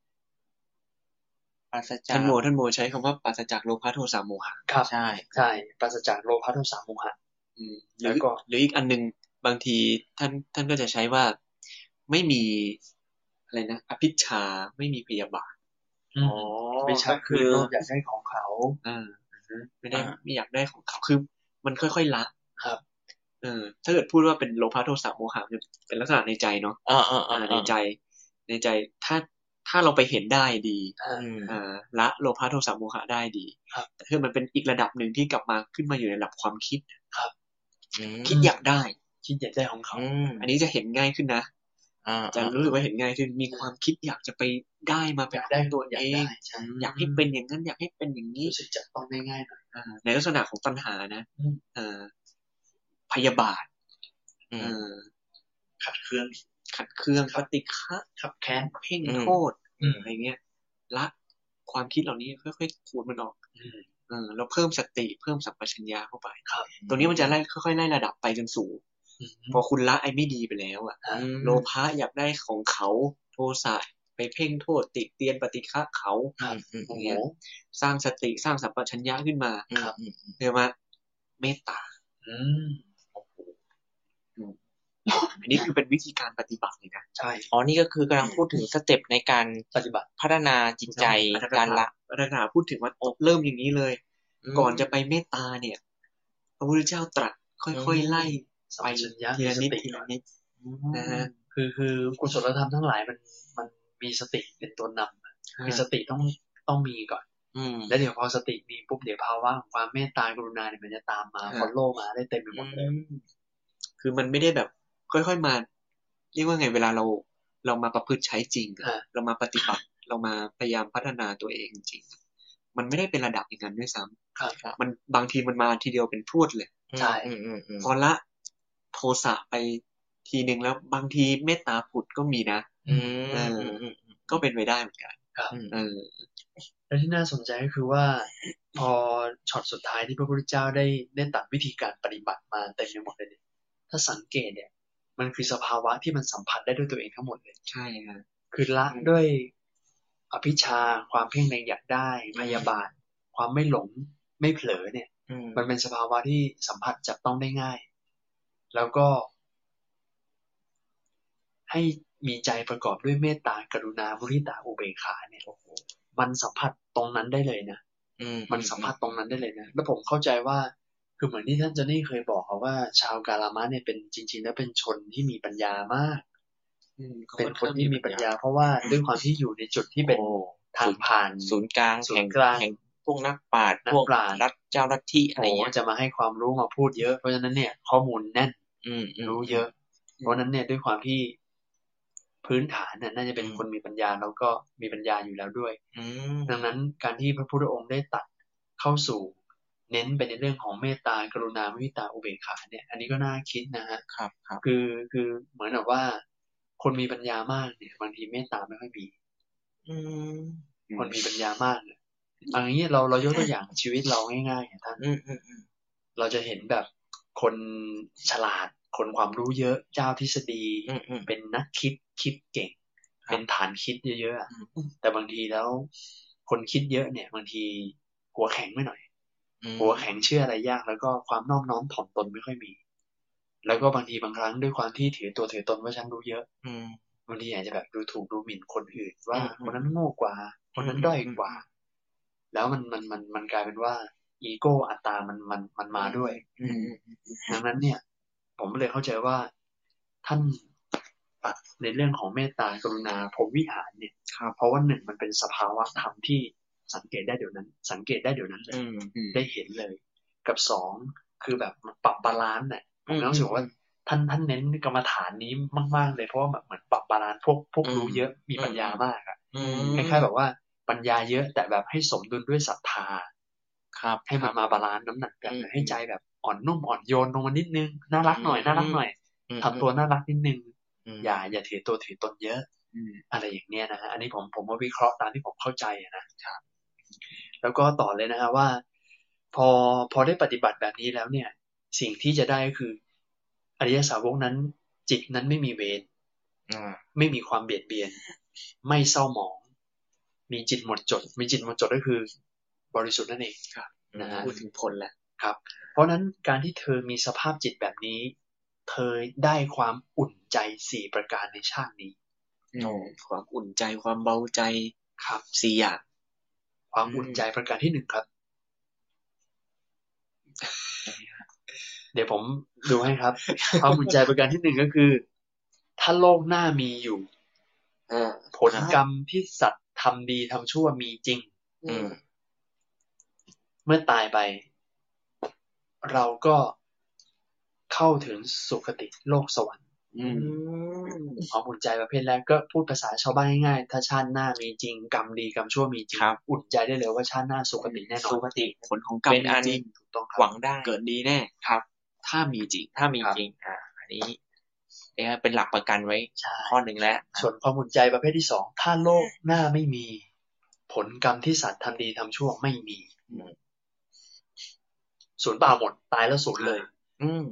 ปราศจากท่านโมท่านโมใช้คำว่าปราศจากโลภะโทสะโมหะครับใช่ใช่ปราศจากโลภะโทสะโมหะอืมแล้วก็หรืออีกอันนึงบางทีท่านท่านก็จะใช้ว่าไม่มีอะไรนะอภิชฌาไม่มีพยาบาทอ๋อไม่ใช่คืออยากได้ของเขาอ่าไม่ได้ไม่อยากได้ของเขาคือมันค่อยๆละครับเออถ้าเกิดพูดว่าเป็นโลภะโทสะโมหะเนี่ยเป็นลักษณะในใจเนาะอ่าอ่าอ่าในใจในใจถ้าถ้าเราไปเห็นได้ดีอ่าละโลภะโทสะโมหะได้ดีแต่คือมันเป็นอีกระดับหนึ่งที่กลับมาขึ้นมาอยู่ในระดับความคิดครับคิดอยากได้คิดอยากได้ของเขาอันนี้จะเห็นง่ายขึ้นนะจะรู้สึกว่าเห็นง่ายขึ้นมีความคิดอยากจะไปได้มาแบบได้ตัวเองอยากให้เป็นอย่างนั้นอยากให้เป็นอย่างนี้รู้สึกจะต้องได้ง่ายหน่อยในลักษณะของตัณหานะพยาบาทขัดเครื่องขัดเครื่องปฏิฆะขับแค้นเพ่งโทษอะไรเงี้ยละความคิดเหล่านี้ค่อยๆขูดมันออกเราเพิ่มสติเพิ่มสัมปชัญญะเข้าไปตรงนี้มันจะไล่ค่อยๆไล่ระดับไปจนสูงพอคุณละไอ้ไม่ดีไปแล้วอ่ะโลภะอยากได้ของเขาโทสะไปเพ่งโทษติเตียนปฏิฆะเขาอย่างเงี้ยสร้างสติสร้างสัมปชัญญะขึ้นมาเรียกว่าเมตตาอันนี้คือเป็นวิธีการปฏิบัติเลยนะใช่อ๋อนี่ก็คือกำลังพูดถึงสเต็ปในการปฏิบัติพัฒนาจิตใจการละพัฒนาพูดถึงว่าเริ่มอย่างนี้เลยก่อนจะไปเมตตาเนี่ยพระพุทธเจ้าตรัสค่อยๆไล่ไปทีละนิดทีละนิดนะฮะคือคือกุศลธรรมทั้งหลายมันมันมีสติเป็นตัวนำมีสติต้องต้องมีก่อนแล้วเดี๋ยวพอสติมีปุ๊บเดี๋ยวภาวะของความเมตตากรุณาเนี่ยมันจะตามมาฟอลโล่มาได้เต็มไปหมดเลยคือมันไม่ได้แบบค่อยๆมาเรียกว่าไงเวลาเราเรามาประพฤติใช้จริงเรามาปฏิบัติเรามาพยายามพัฒนาตัวเองจริงมันไม่ได้เป็นระดับอย่างนั้นด้วยซ้ำมันบางทีมันมาทีเดียวเป็นพรวดเลยใช่พอละโทสะไปทีหนึ่งแล้วบางทีเมตตาผุดก็มีนะก็เป็นไปได้เหมือนกันครับแล้วที่น่าสนใจก็คือว่าพอช็อตสุดท้ายที่พระพุทธเจ้าได้ได้ตัดวิธีการปฏิบัติมาเต็มไปหมดเลยถ้าสังเกตเนี่ยมันคือสภาวะที่มันสัมผัสได้ด้วยตัวเองทั้งหมดเลยใช่ฮะคือละด้วยอภิชาความเพ่งเล็งอยากได้พยาบาทความไม่หลงไม่เผลอเนี่ยมันเป็นสภาวะที่สัมผัสจับต้องได้ง่ายแล้วก็ให้มีใจประกอบด้วยเมตตากรุณามุทิตาอุเบกขาเนี่ยมันสัมผัสตรงนั้นได้เลยนะมันสัมผัสตรงนั้นได้เลยนะแล้วผมเข้าใจว่าคือเหมือนที่ท่านเจนี่เคยบอกเขาว่าชาวกาลามะเนี่ยเป็นจริงๆแล้วเป็นชนที่มีปัญญามากเป็นคนที่มีปัญญาเพราะว่าด้วยความที่อยู่ในจุดที่เป็นทางผ่านศูนย์กลางแห่งพวกนักปราชญ์พวกรัฐเจ้าลัทธิอะไรเงี้ยจะมาให้ความรู้มาพูดเยอะเพราะฉะนั้นเนี่ยข้อมูลแน่นรู้เยอะเพราะนั้นเนี่ยด้วยความที่พื้นฐานน่าจะเป็นคนมีปัญญาแล้วก็มีปัญญาอยู่แล้วด้วยดังนั้นการที่พระพุทธองค์ได้ตัดเข้าสู่เน้นไปในเรื่องของเมตตากรุณามุทิตาอุเบกขาเนี่ยอันนี้ก็น่าคิดนะฮะครับครับคือคือเหมือนแบบว่าคนมีปัญญามากเนี่ยบางทีเมตตาไม่ค่อยมีคนมีปัญญามากเนี่ยอย่างนี้เราเรายกตัวอย่างชีวิตเราง่ายๆท่านเราจะเห็นแบบคนฉลาดคนความรู้เยอะเจ้าทฤษฎีเป็นนักคิดคิดเก่งเป็นฐานคิดเยอะๆแต่บางทีแล้วคนคิดเยอะเนี่ยบางทีหัวแข็งไม่หน่อยหัวแข็งเชื่ออะไรยากแล้วก็ความนอบน้อมถ่อมตนไม่ค่อยมีแล้วก็บางทีบางครั้งด้วยความที่ถือตัวถือตนว่าฉันรู้เยอะบางทีอาจจะแบบดูถูกดูหมิ่นคนอื่นว่าคนนั้นโง่กว่าคนนั้นด้อยกว่าแล้วมันมันมันมันกลายเป็นว่าอีโก้อัตตามันมันมันมาด้วยดังนั้นเนี่ยผมเลยเข้าใจว่าท่านตัดในเรื่องของเมตตากรุณาพรหมวิหารเนี่ยเพราะว่าหนึ่งมันเป็นสภาวะธรรมที่สังเกตได้เดี๋ยวนั้นสังเกตได้เดี๋ยวนั้นเลยได้เห็นเลยกับสองคือแบบปรับบาลานซ์เนี่ยผมรู้สึกว่าท่านท่านเน้นกรรมฐานนี้มากๆเลยเพราะว่าแบบเหมือนปรับบาลานซ์พวกพวกรู้เยอะมีปัญญามากอ่ะคล้ายๆแบบว่าปัญญาเยอะแต่แบบให้สมดุลด้วยศรัทธาครับให้มันมาบาลานซ์น้ำหนักกันให้ใจแบบอ่อนนุ่มอ่อนโยนลงมานิดนึงน่ารักหน่อยน่ารักหน่อยทำตัวน่ารักนิดนึงอย่าอย่าถือตัวถือตนเยอะอะไรอย่างเนี้ยนะฮะอันนี้ผมผมมาวิเคราะห์ตามที่ผมเข้าใจนะครับแล้วก็ต่อเลยนะฮะว่าพอพอได้ปฏิบัติแบบนี้แล้วเนี่ยสิ่งที่จะได้ก็คืออริยสาวกนั้นจิตนั้นไม่มีเวรไม่มีความเบียดเบียนไม่เศร้าหมองมีจิตหมดจดมีจิตหมดจดก็คือบริสุทธิ์นั่นเองนะฮะพูดถึงผลแหละครับเพราะนั้นการที่เธอมีสภาพจิตแบบนี้เธอได้ความอุ่นใจสี่ประการในชาตินี้โอ้ความอุ่นใจความเบาใจครับสี่อย่างความอุ่นใจประการที่หนึ่งครับเดี๋ยวผมดูให้ครับความอุ่นใจประการที่หนึ่งก็คือถ้าโลกหน้ามีอยู่ผลกรรมที่สัตว์ทำดีทำชั่วมีจริงเมื่อตายไปเราก็เข้าถึงสุคติโลกสวรรค์ความอุ่นใจประเภทแรกก็พูดภาษาชาวบ้านง่ายๆถ้าชาติหน้ามีจริงกรรมดีกรรมชั่วมีจริงอุ่นใจได้เลยว่าชาติหน้าสุคติแน่นอนสุคติผลของกรรมเป็นอันจริงถูกต้องครับหวังได้เกิดดีแน่ครับถ้ามีจริงถ้ามีจริงอ่าอันนี้เนี่ยเป็นหลักประกันไว้ข้อหนึ่งแล้วส่วนความอุ่นใจประเภทที่สองถ้าโลกหน้าไม่มีผลกรรมที่สัตว์ทำดีทำชั่วไม่มีศูนย์เปล่าหมดตายแล้วศูนย์เลยอืม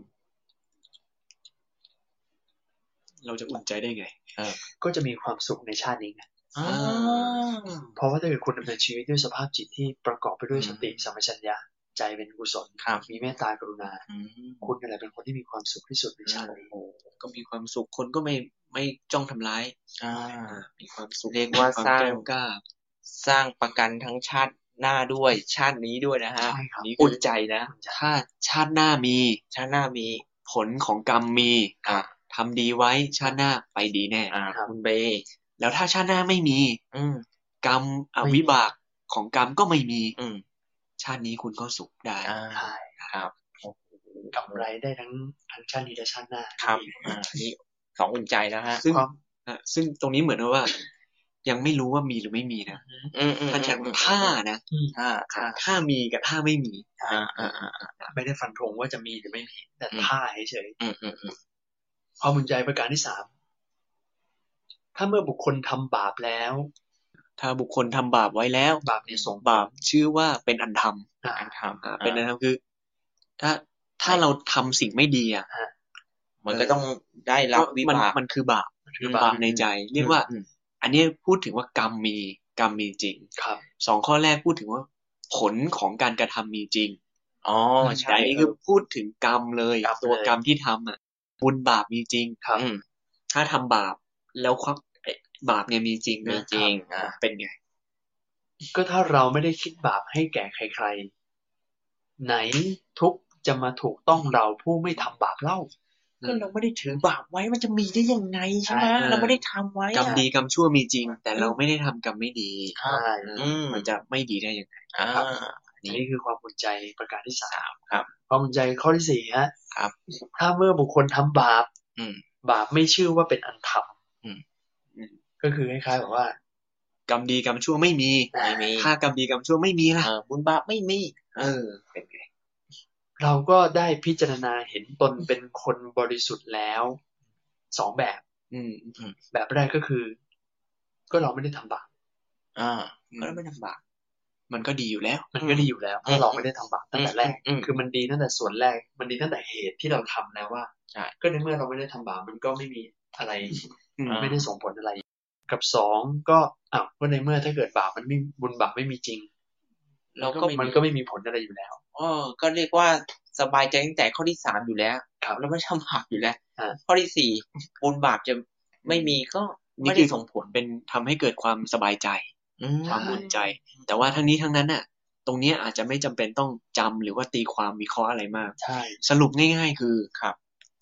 เราจะอุ่นใจได้ไงก็จะมีความสุขในชาตินี้ไงเพราะว่าถ้าเกิดคุณดำเนินชีวิตด้วยสภาพจิตที่ประกอบไปด้วยสติสัมปชัญญะใจเป็นกุศลมีเมตตากรุณาคุณนั่นแหละเป็นคนที่มีความสุขที่สุดในชาตินี้ก็มีความสุขคนก็ไม่ไม่จ้องทำร้ายมีความสุขเรียกว่าสร้างสร้างประกันทั้งชาติหน้าด้วยชาตินี้ด้วยนะฮะอุ่นใจนะถ้าชาติหน้ามีชาติหน้ามีผลของกรรมมีทำดีไว้ชาติหน้าไปดีแน่คุณเบแล้วถ้าชาติหน้าไม่มีกรรมวิบากของกรรมก็ไม่มีชาตินี้คุณก็สุขได้ครับกำไรได้ทั้งทั้งชาตินี้และชาติหน้าครับนี่สองอุ่นใจแล้วฮะซึ่งซึ่งตรงนี้เหมือนว่ายังไม่รู้ว่ามีหรือไม่มีนะท่านแชร์ถ้านะถ้าถ้ามีกับถ้าไม่มีไม่ได้ฟันธงว่าจะมีหรือไม่มีแต่ถ้าเฉยๆความอุ่นใจประการที่สามถ้าเมื่อบุคคลทำบาปแล้วถ้าบุคคลทำบาปไว้แล้วบาปนี้ส่งบาปชื่อว่าเป็นอันธรรมอันธรรมเป็นอันธรรมคือถ้าถ้าเราทำสิ่งไม่ดีอ่ะมันก็ต้องได้รับวิบากมันคือบาปคือบาปในใจเรียกว่าอันนี้พูดถึงว่ากรรมมีกรรมมีจริงครับสองข้อแรกพูดถึงว่าผลของการกระทำมีจริงอ๋อใช่อันนี้คือพูดถึงกรรมเลยตัวกรรมที่ทำอ่ะบุญบาปมีจริงครับถ้าทำบาปแล้วควักบาปเนี่ยมีจริงมีจริงอ่าเป็นไงก็ถ้าเราไม่ได้คิดบาปให้แก่ใครๆไหนทุกจะมาถูกต้องเราผู้ไม่ทำบาปเล่าก็เราไม่ได้ถือบาปไว้มันจะมีได้ยังไงใช่ไหมเราไม่ได้ทำไว้กรรมดีกรรมชั่วมีจริงแต่เราไม่ได้ทำกรรมไม่ดีใช่มันจะไม่ดีได้ยังไงนี่คือความอุ่นใจประการที่สามครับความอุ่นใจข้อที่สี่ฮะครับถ้าเมื่อบุคคลทำบาปบาปไม่ชื่อว่าเป็นอันธรรมก็คือคล้ายๆแบบว่ากรรมดีกรรมชั่วไม่มีถ้ากรรมดีกรรมชั่วไม่มีล่ะบุญบาปไม่มีเออเป็นไงเราก็ได้พิจารณาเห็นตนเป็นคนบริสุทธิ์แล้วสองแบบแบบแรกก็คือก็เราไม่ได้ทำบาปอ่าก็ไม่ทำบาปมันก็ดีอยู่แล้วมันก็ดีอยู่แล้วถ้าเราไม่ได้ทำบาปตั้งแต่แรกคือมันดีตั้งแต่ส่วนแรกมันดีตั้งแต่เหตุที่เราทำแล้วว่าก็ในเมื่อเราไม่ได้ทำบาปมันก็ไม่มีอะไรไม่ได้ส่งผลอะไรกับสองก็อ้าวก็ในเมื่อถ้าเกิดบาปมันไม่บุญบาปไม่มีจริงเราก็มันก็ไม่มีผลอะไรอยู่แล้วอ๋อก็เรียกว่าสบายใจตั้งแต่ข้อที่สามอยู่แล้วครับแล้วไม่ทำบาปอยู่แล้วข้อที่สี่บุญบาปจะไม่มีก็ไม่ได้ส่งผลเป็นทำให้เกิดความสบายใจความอุ่นใจแต่ว่าทั้งนี้ทั้งนั้นน่ะตรงนี้อาจจะไม่จำเป็นต้องจำหรือว่าตีความวิเคราะห์อะไรมากใช่สรุปง่ายๆคือครับ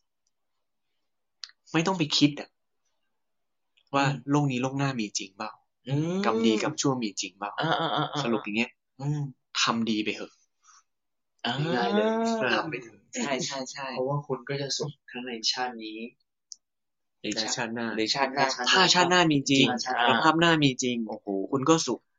ไม่ต้องไปคิดอ่ะว่าโลกนี้โลกหน้ามีจริงเปล่ากรรมดีกรรมชั่วมีจริงเปล่าสรุปอย่างเงี้ยทำดีไปเถอะง่ายเลยทำไปถึงใช่ใช่ใช่เพราะว่าคุณก็จะสุขทั้งในชาตินี้หรือชาติหน้าหรือชาติหน้าถ้าชาติหน้ามีจริงสภาพหน้ามีจริงโอ้โหคุณก็สุข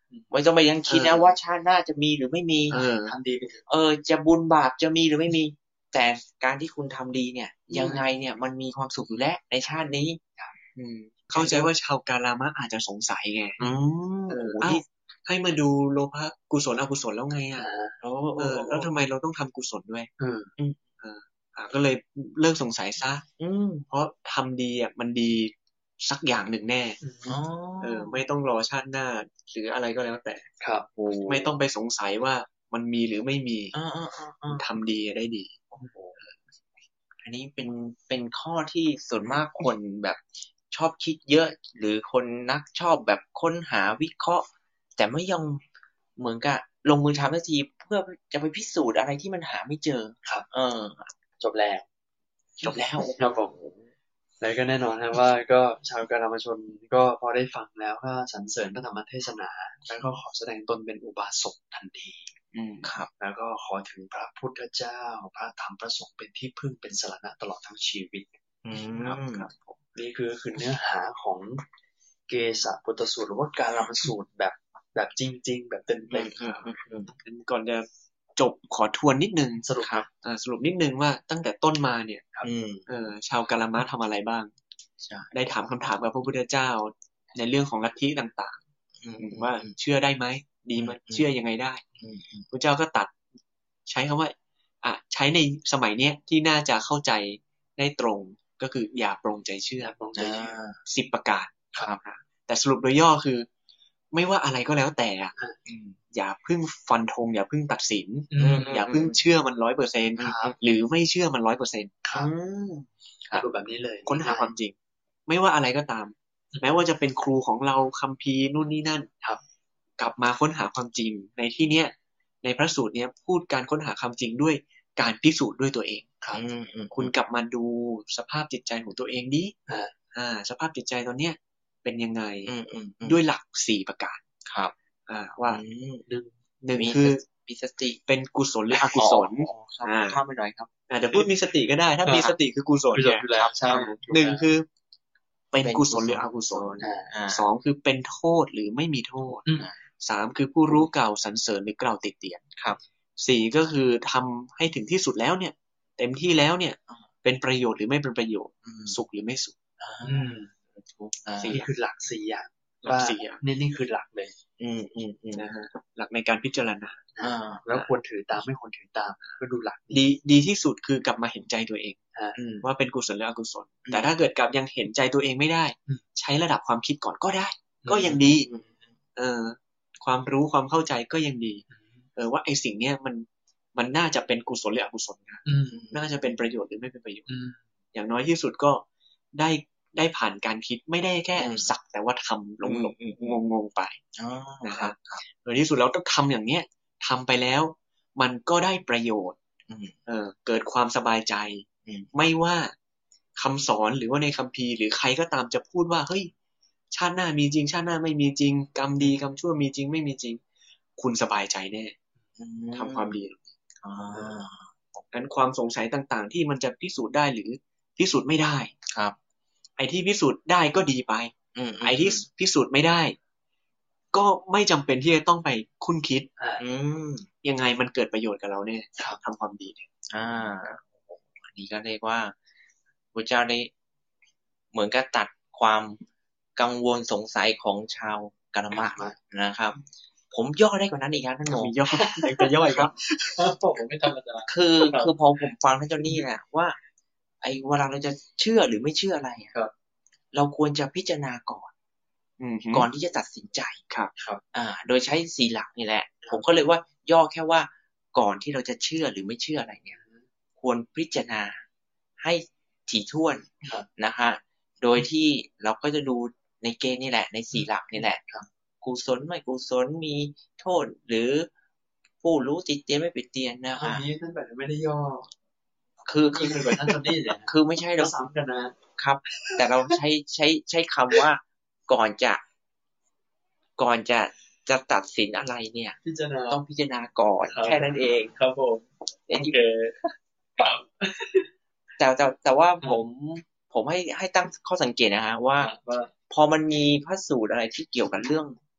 ไม่ต้องไปยังคิดนะว่าชาติหน้าจะมีหรือไม่มีทำดีไปเออจะบุญบาปจะมีหรือไม่มีแต่การที่คุณทำดีเนี่ยยังไงเนี่ยมันมีความสุขอยู่แล้วในชาตินี้เข้าใจว่าชาวกาลามะอาจจะสงสัยไงเอออ้าวให้มาดูโลภะกุศลอกุศลแล้วไงอ่ะเออแล้วทำไมเราต้องทำกุศลด้วยเออก็เลยเลิกสงสัยซะเพราะทำดีอ่ะมันดีสักอย่างหนึ่งแน่เออไม่ต้องรอชาติหน้าหรืออะไรก็แล้วแต่ครับไม่ต้องไปสงสัยว่ามันมีหรือไม่มีทำดีได้ดีอันนี้เป็นเป็นข้อที่ส่วนมากคนแบบชอบคิดเยอะหรือคนนักชอบแบบค้นหาวิเคราะห์แต่ไม่ยอมเหมือนกับลงมือทำทันทีเพื่อจะไปพิสูจน์อะไรที่มันหาไม่เจอครับเออจบแล้วจบแล้วครับผมแล้วก็แน่นอนนะว่าก็ชาวกาลามชนก็พอได้ฟังแล้วก็สรรเสริญพระธรรมเทศนาแล้วก็ขอแสดงตนเป็นอุบาสกทันทีอืมครับแล้วก็ขอถึงพระพุทธเจ้าพระธรรมพระสงฆ์เป็นที่พึ่งเป็นสรณะตลอดทั้งชีวิตอืมครับครับผมนี่คือคือเนื้อหาของเกสะพุทธสูตรหรือว่ากาลามสูตรแบบแบบจริงๆแบบเต็มๆครับก่อนจะจบขอทวนนิดนึงสรุปครับสรุปนิดนึงว่าตั้งแต่ต้นมาเนี่ยเออชาวกาลามะทำอะไรบ้างได้ถามคำถามกับพระพุทธเจ้าในเรื่องของลัทธิต่างๆว่าเชื่อได้ไหมดีไหมเชื่อยังไงได้พระเจ้าก็ตัดใช้คำว่าอ่ะใช้ในสมัยเนี้ยที่น่าจะเข้าใจได้ตรงก็คืออย่าปรงใจเชื่อสิบประการครับแต่สรุปโดยย่อคือไม่ว่าอะไรก็แล้วแต่อ่ะอย่าเพิ่งฟันธงอย่าเพิ่งตัดสินอย่าเพิ่งเชื่อมันร้อยเปอร์เซ็นต์หรือไม่เชื่อมันร้อยเปอร์เซ็นต์ครับแบบนี้เลยค้นหาความจริงไม่ว่าอะไรก็ตามแม้ว่าจะเป็นครูของเราคัมภีร์นู่นนี่นั่นครับกลับมาค้นหาความจริงในที่เนี้ยในพระสูตรเนี้ยพูดการค้นหาความจริงด้วยการพิสูจน์ด้วยตัวเองครับคุณกลับมาดูสภาพจิตใจของตัวเองดิอ่าสภาพจิตใจตอนเนี้ยเป็นยังไงด้วยหลักสี่ประการครับอ่าว่าหนึ่งหนึ่งคือมีสติเป็นกุศลหรืออกุศลอ่าข้ามไปหน่อยครับอ่าเดี๋ยวพูดมีสติก็ได้ถ้ามีสติคือกุศลครับหนึ่งคือเป็นกุศลหรืออกุศลสองคือเป็นโทษหรือไม่มีโทษสามคือผู้รู้กล่าวสรรเสริญหรือกล่าวติเตียนครับสี่ก็คือทำให้ถึงที่สุดแล้วเนี่ยเต็มที่แล้วเนี่ยเป็นประโยชน์หรือไม่เป็นประโยชน์สุขหรือไม่สุขสี่คือหลักสี่อย่างว่านี่นี่คือหลักเลยอืมอืมนะฮะหลักในการพิจารณาอ่าแล้วควรถือตามไม่ควรถือตามก็ดูหลักดีดีที่สุดคือกลับมาเห็นใจตัวเองว่าเป็นกุศลหรืออกุศลแต่ถ้าเกิดกลับยังเห็นใจตัวเองไม่ได้ใช้ระดับความคิดก่อนก็ได้ก็ยังดีเออความรู้ความเข้าใจก็ยังดีเออว่าไอ้สิ่งเนี้ยมันมันน่าจะเป็นกุศลหรืออกุศลนะน่าจะเป็นประโยชน์หรือไม่เป็นประโยชน์อย่างน้อยที่สุดก็ได้ได้ผ่านการคิดไม่ได้แค่สักแต่ว่าทำหลงหลงงงงไปนะครับโดยที่สุดแล้วต้องทำอย่างเนี้ยทำไปแล้วมันก็ได้ประโยชน์เออเกิดความสบายใจไม่ว่าคำสอนหรือว่าในคัมภีร์หรือใครก็ตามจะพูดว่าเฮ้ยชาติหน้ามีจริงชาติหน้าไม่มีจริงกรรมดีกรรมชั่วมีจริงไม่มีจริงคุณสบายใจแน่ทำความดีงั้นความสงสัยต่างๆที่มันจะพิสูจน์ได้หรือพิสูจน์ไม่ได้ครับไอ้ที่พิสูจน์ได้ก็ดีไปไอ้ที่พิสูจน์ไม่ได้ก็ไม่จำเป็นที่จะต้องไปคุ้นคิดยังไงมันเกิดประโยชน์กับเราเนี่ยทำความดีเนี่ยอ่าอันนี้ก็เรียกว่าพระเจ้าได้เหมือนกับตัดความกังวลสงสัยของชาวกาลามะนะครับผมย่อได้กว่านั้นอีกครับท่านหมอย่อจะย่อยครับผมไม่ธรรมดาคือคือพอผมฟังท่านเจ้านี่แหละว่าไอ้เวลาเราจะเชื่อหรือไม่เชื่ออะไรเราควรจะพิจารณาก่อนก่อนที่จะตัดสินใจครับอ่าโดยใช้สี่หลักนี่แหละผมก็เลยว่าย่อแค่ว่าก่อนที่เราจะเชื่อหรือไม่เชื่ออะไรเนี่ยควรพิจารณาให้ถี่ถ้วนนะฮะโดยที่เราก็จะดูในเกณฑ์นี่แหละในสี่หลักนี่แหละกุศลไม่กุศลมีโทษหรือผู้รู้ติดเตียนไม่ติดเตียนนะฮะอันนี้ท่านแบบไม่ได้ย่อคือคือเหมือนท่านจนี่เลยคือไม่ใช่เราซ้ำกันนะครับแต่เราใช้ใช้ใช้คำว่าก่อนจะก่อนจะจะตัดสินอะไรเนี่ยต้องพิจารณาก่อนแค่นั้นเองครับผมโอเคแต่แต่แต่ว่าผมผมให้ให้ตั้งข้อสังเกตนะฮะว่าพอมันมีพระสูตรอะไรที่เกี่ยวกับเรื่อง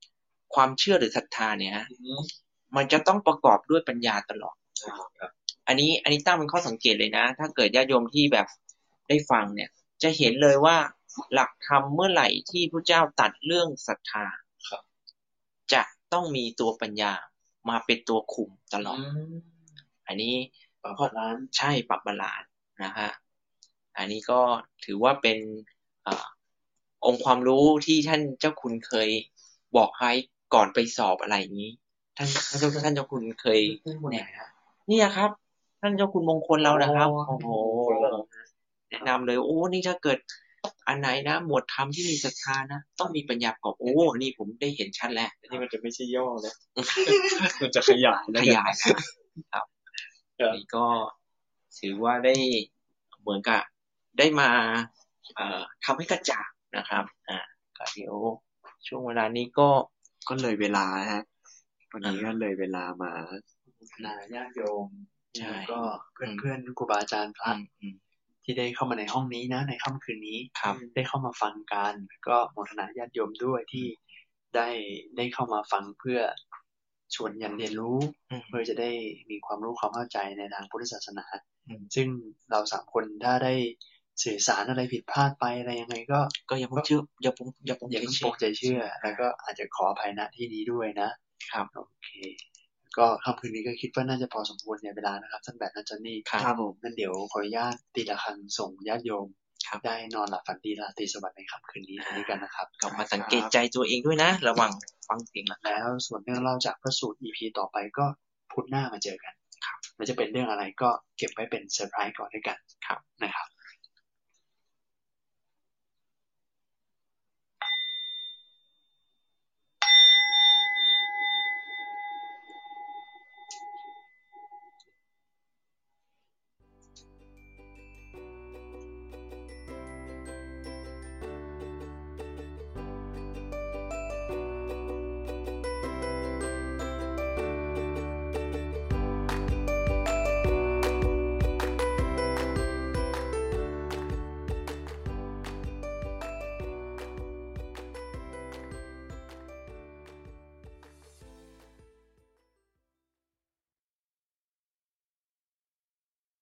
ความเชื่อหรือศรัทธาเนี่ยมันจะต้องประกอบด้วยปัญญาตลอดอันนี้อันนี้ตั้งเป็นข้อสังเกตเลยนะถ้าเกิดญาติโยมที่แบบได้ฟังเนี่ยจะเห็นเลยว่าหลักธรรมเมื่อไหร่ที่พระเจ้าตัดเรื่องศรัทธาจะต้องมีตัวปัญญามาเป็นตัวคุมตลอดอันนี้ปรับบาลานซ์ใช่ปรับบาลานซ์นะฮะอันนี้ก็ถือว่าเป็นอ่าองค์ความรู้ที่ท่านเจ้าคุณเคยบอกให้ก่อนไปสอบอะไรอย่างนี้ท่านท่านเจ้าท่านเจ้าคุณเคยเนี่ยนี่ครับท่านเจ้าคุณมงคลเรานะครับโอ้โหแนะนำเลยโอ้นี่ถ้าเกิดอันไหนนะหมวดธรรมที่มีศรัทธานะต้องมีปัญญาประกอบโอ้นี่ผมได้เห็นชัดแล้วนี่มันจะไม่ใช่ย่อแล้วมันจะขยายขยายนะครับนี่ก็ถือว่าได้เหมือนกับได้มาเอ่อทำให้กระจ่างนะครับอ่าก็เดี๋ยวช่วงเวลานี้ก็ก็เลยเวลาฮะวันนี้ก็เลยเวลามานาญาติโยมแล้วก็เพื่อนๆครูบาอาจารย์พระที่ได้เข้ามาในห้องนี้นะในค่ำคืนนี้ได้เข้ามาฟังกันก็โมทนาญาติโยมด้วยที่ได้ได้เข้ามาฟังเพื่อชวนยันเรียนรู้เพื่อจะได้มีความรู้ความเข้าใจในทางพุทธศาสนาซึ่งเราสามคนถ้าได้สื่อสารอะไรผิดพลาดไปอะไรยังไงก็ก็อย่าเพิ่งเชื่ออย่าผมอย่าผมอย่าเพิ่งปกใจเชื่อแล้วก็อาจจะขออภัยณที่นี้ด้วยนะครับโอเคก็ค่ำคืนนี้ก็คิดว่าน่าจะพอสมควรในเวลานะครับท่านแบบนั้นจอนนี่ครับผมนั่นเดี๋ยวขออนุญาตตีละครั้งส่งญาติโยมได้นอนหลับฝันดีราตรีสวัสดิ์ในค่ำคืนนี้ด้วยกันนะครับกลับมาสังเกตใจตัวเองด้วยนะระวังฟังเสียงแล้วส่วนเรื่องเล่าจากพระสูตร อี พี ต่อไปก็พุธหน้ามาเจอกันมันจะเป็นเรื่องอะไรก็เก็บไว้เป็นเซอร์ไพรส์ก่อนด้วยกันนะครับ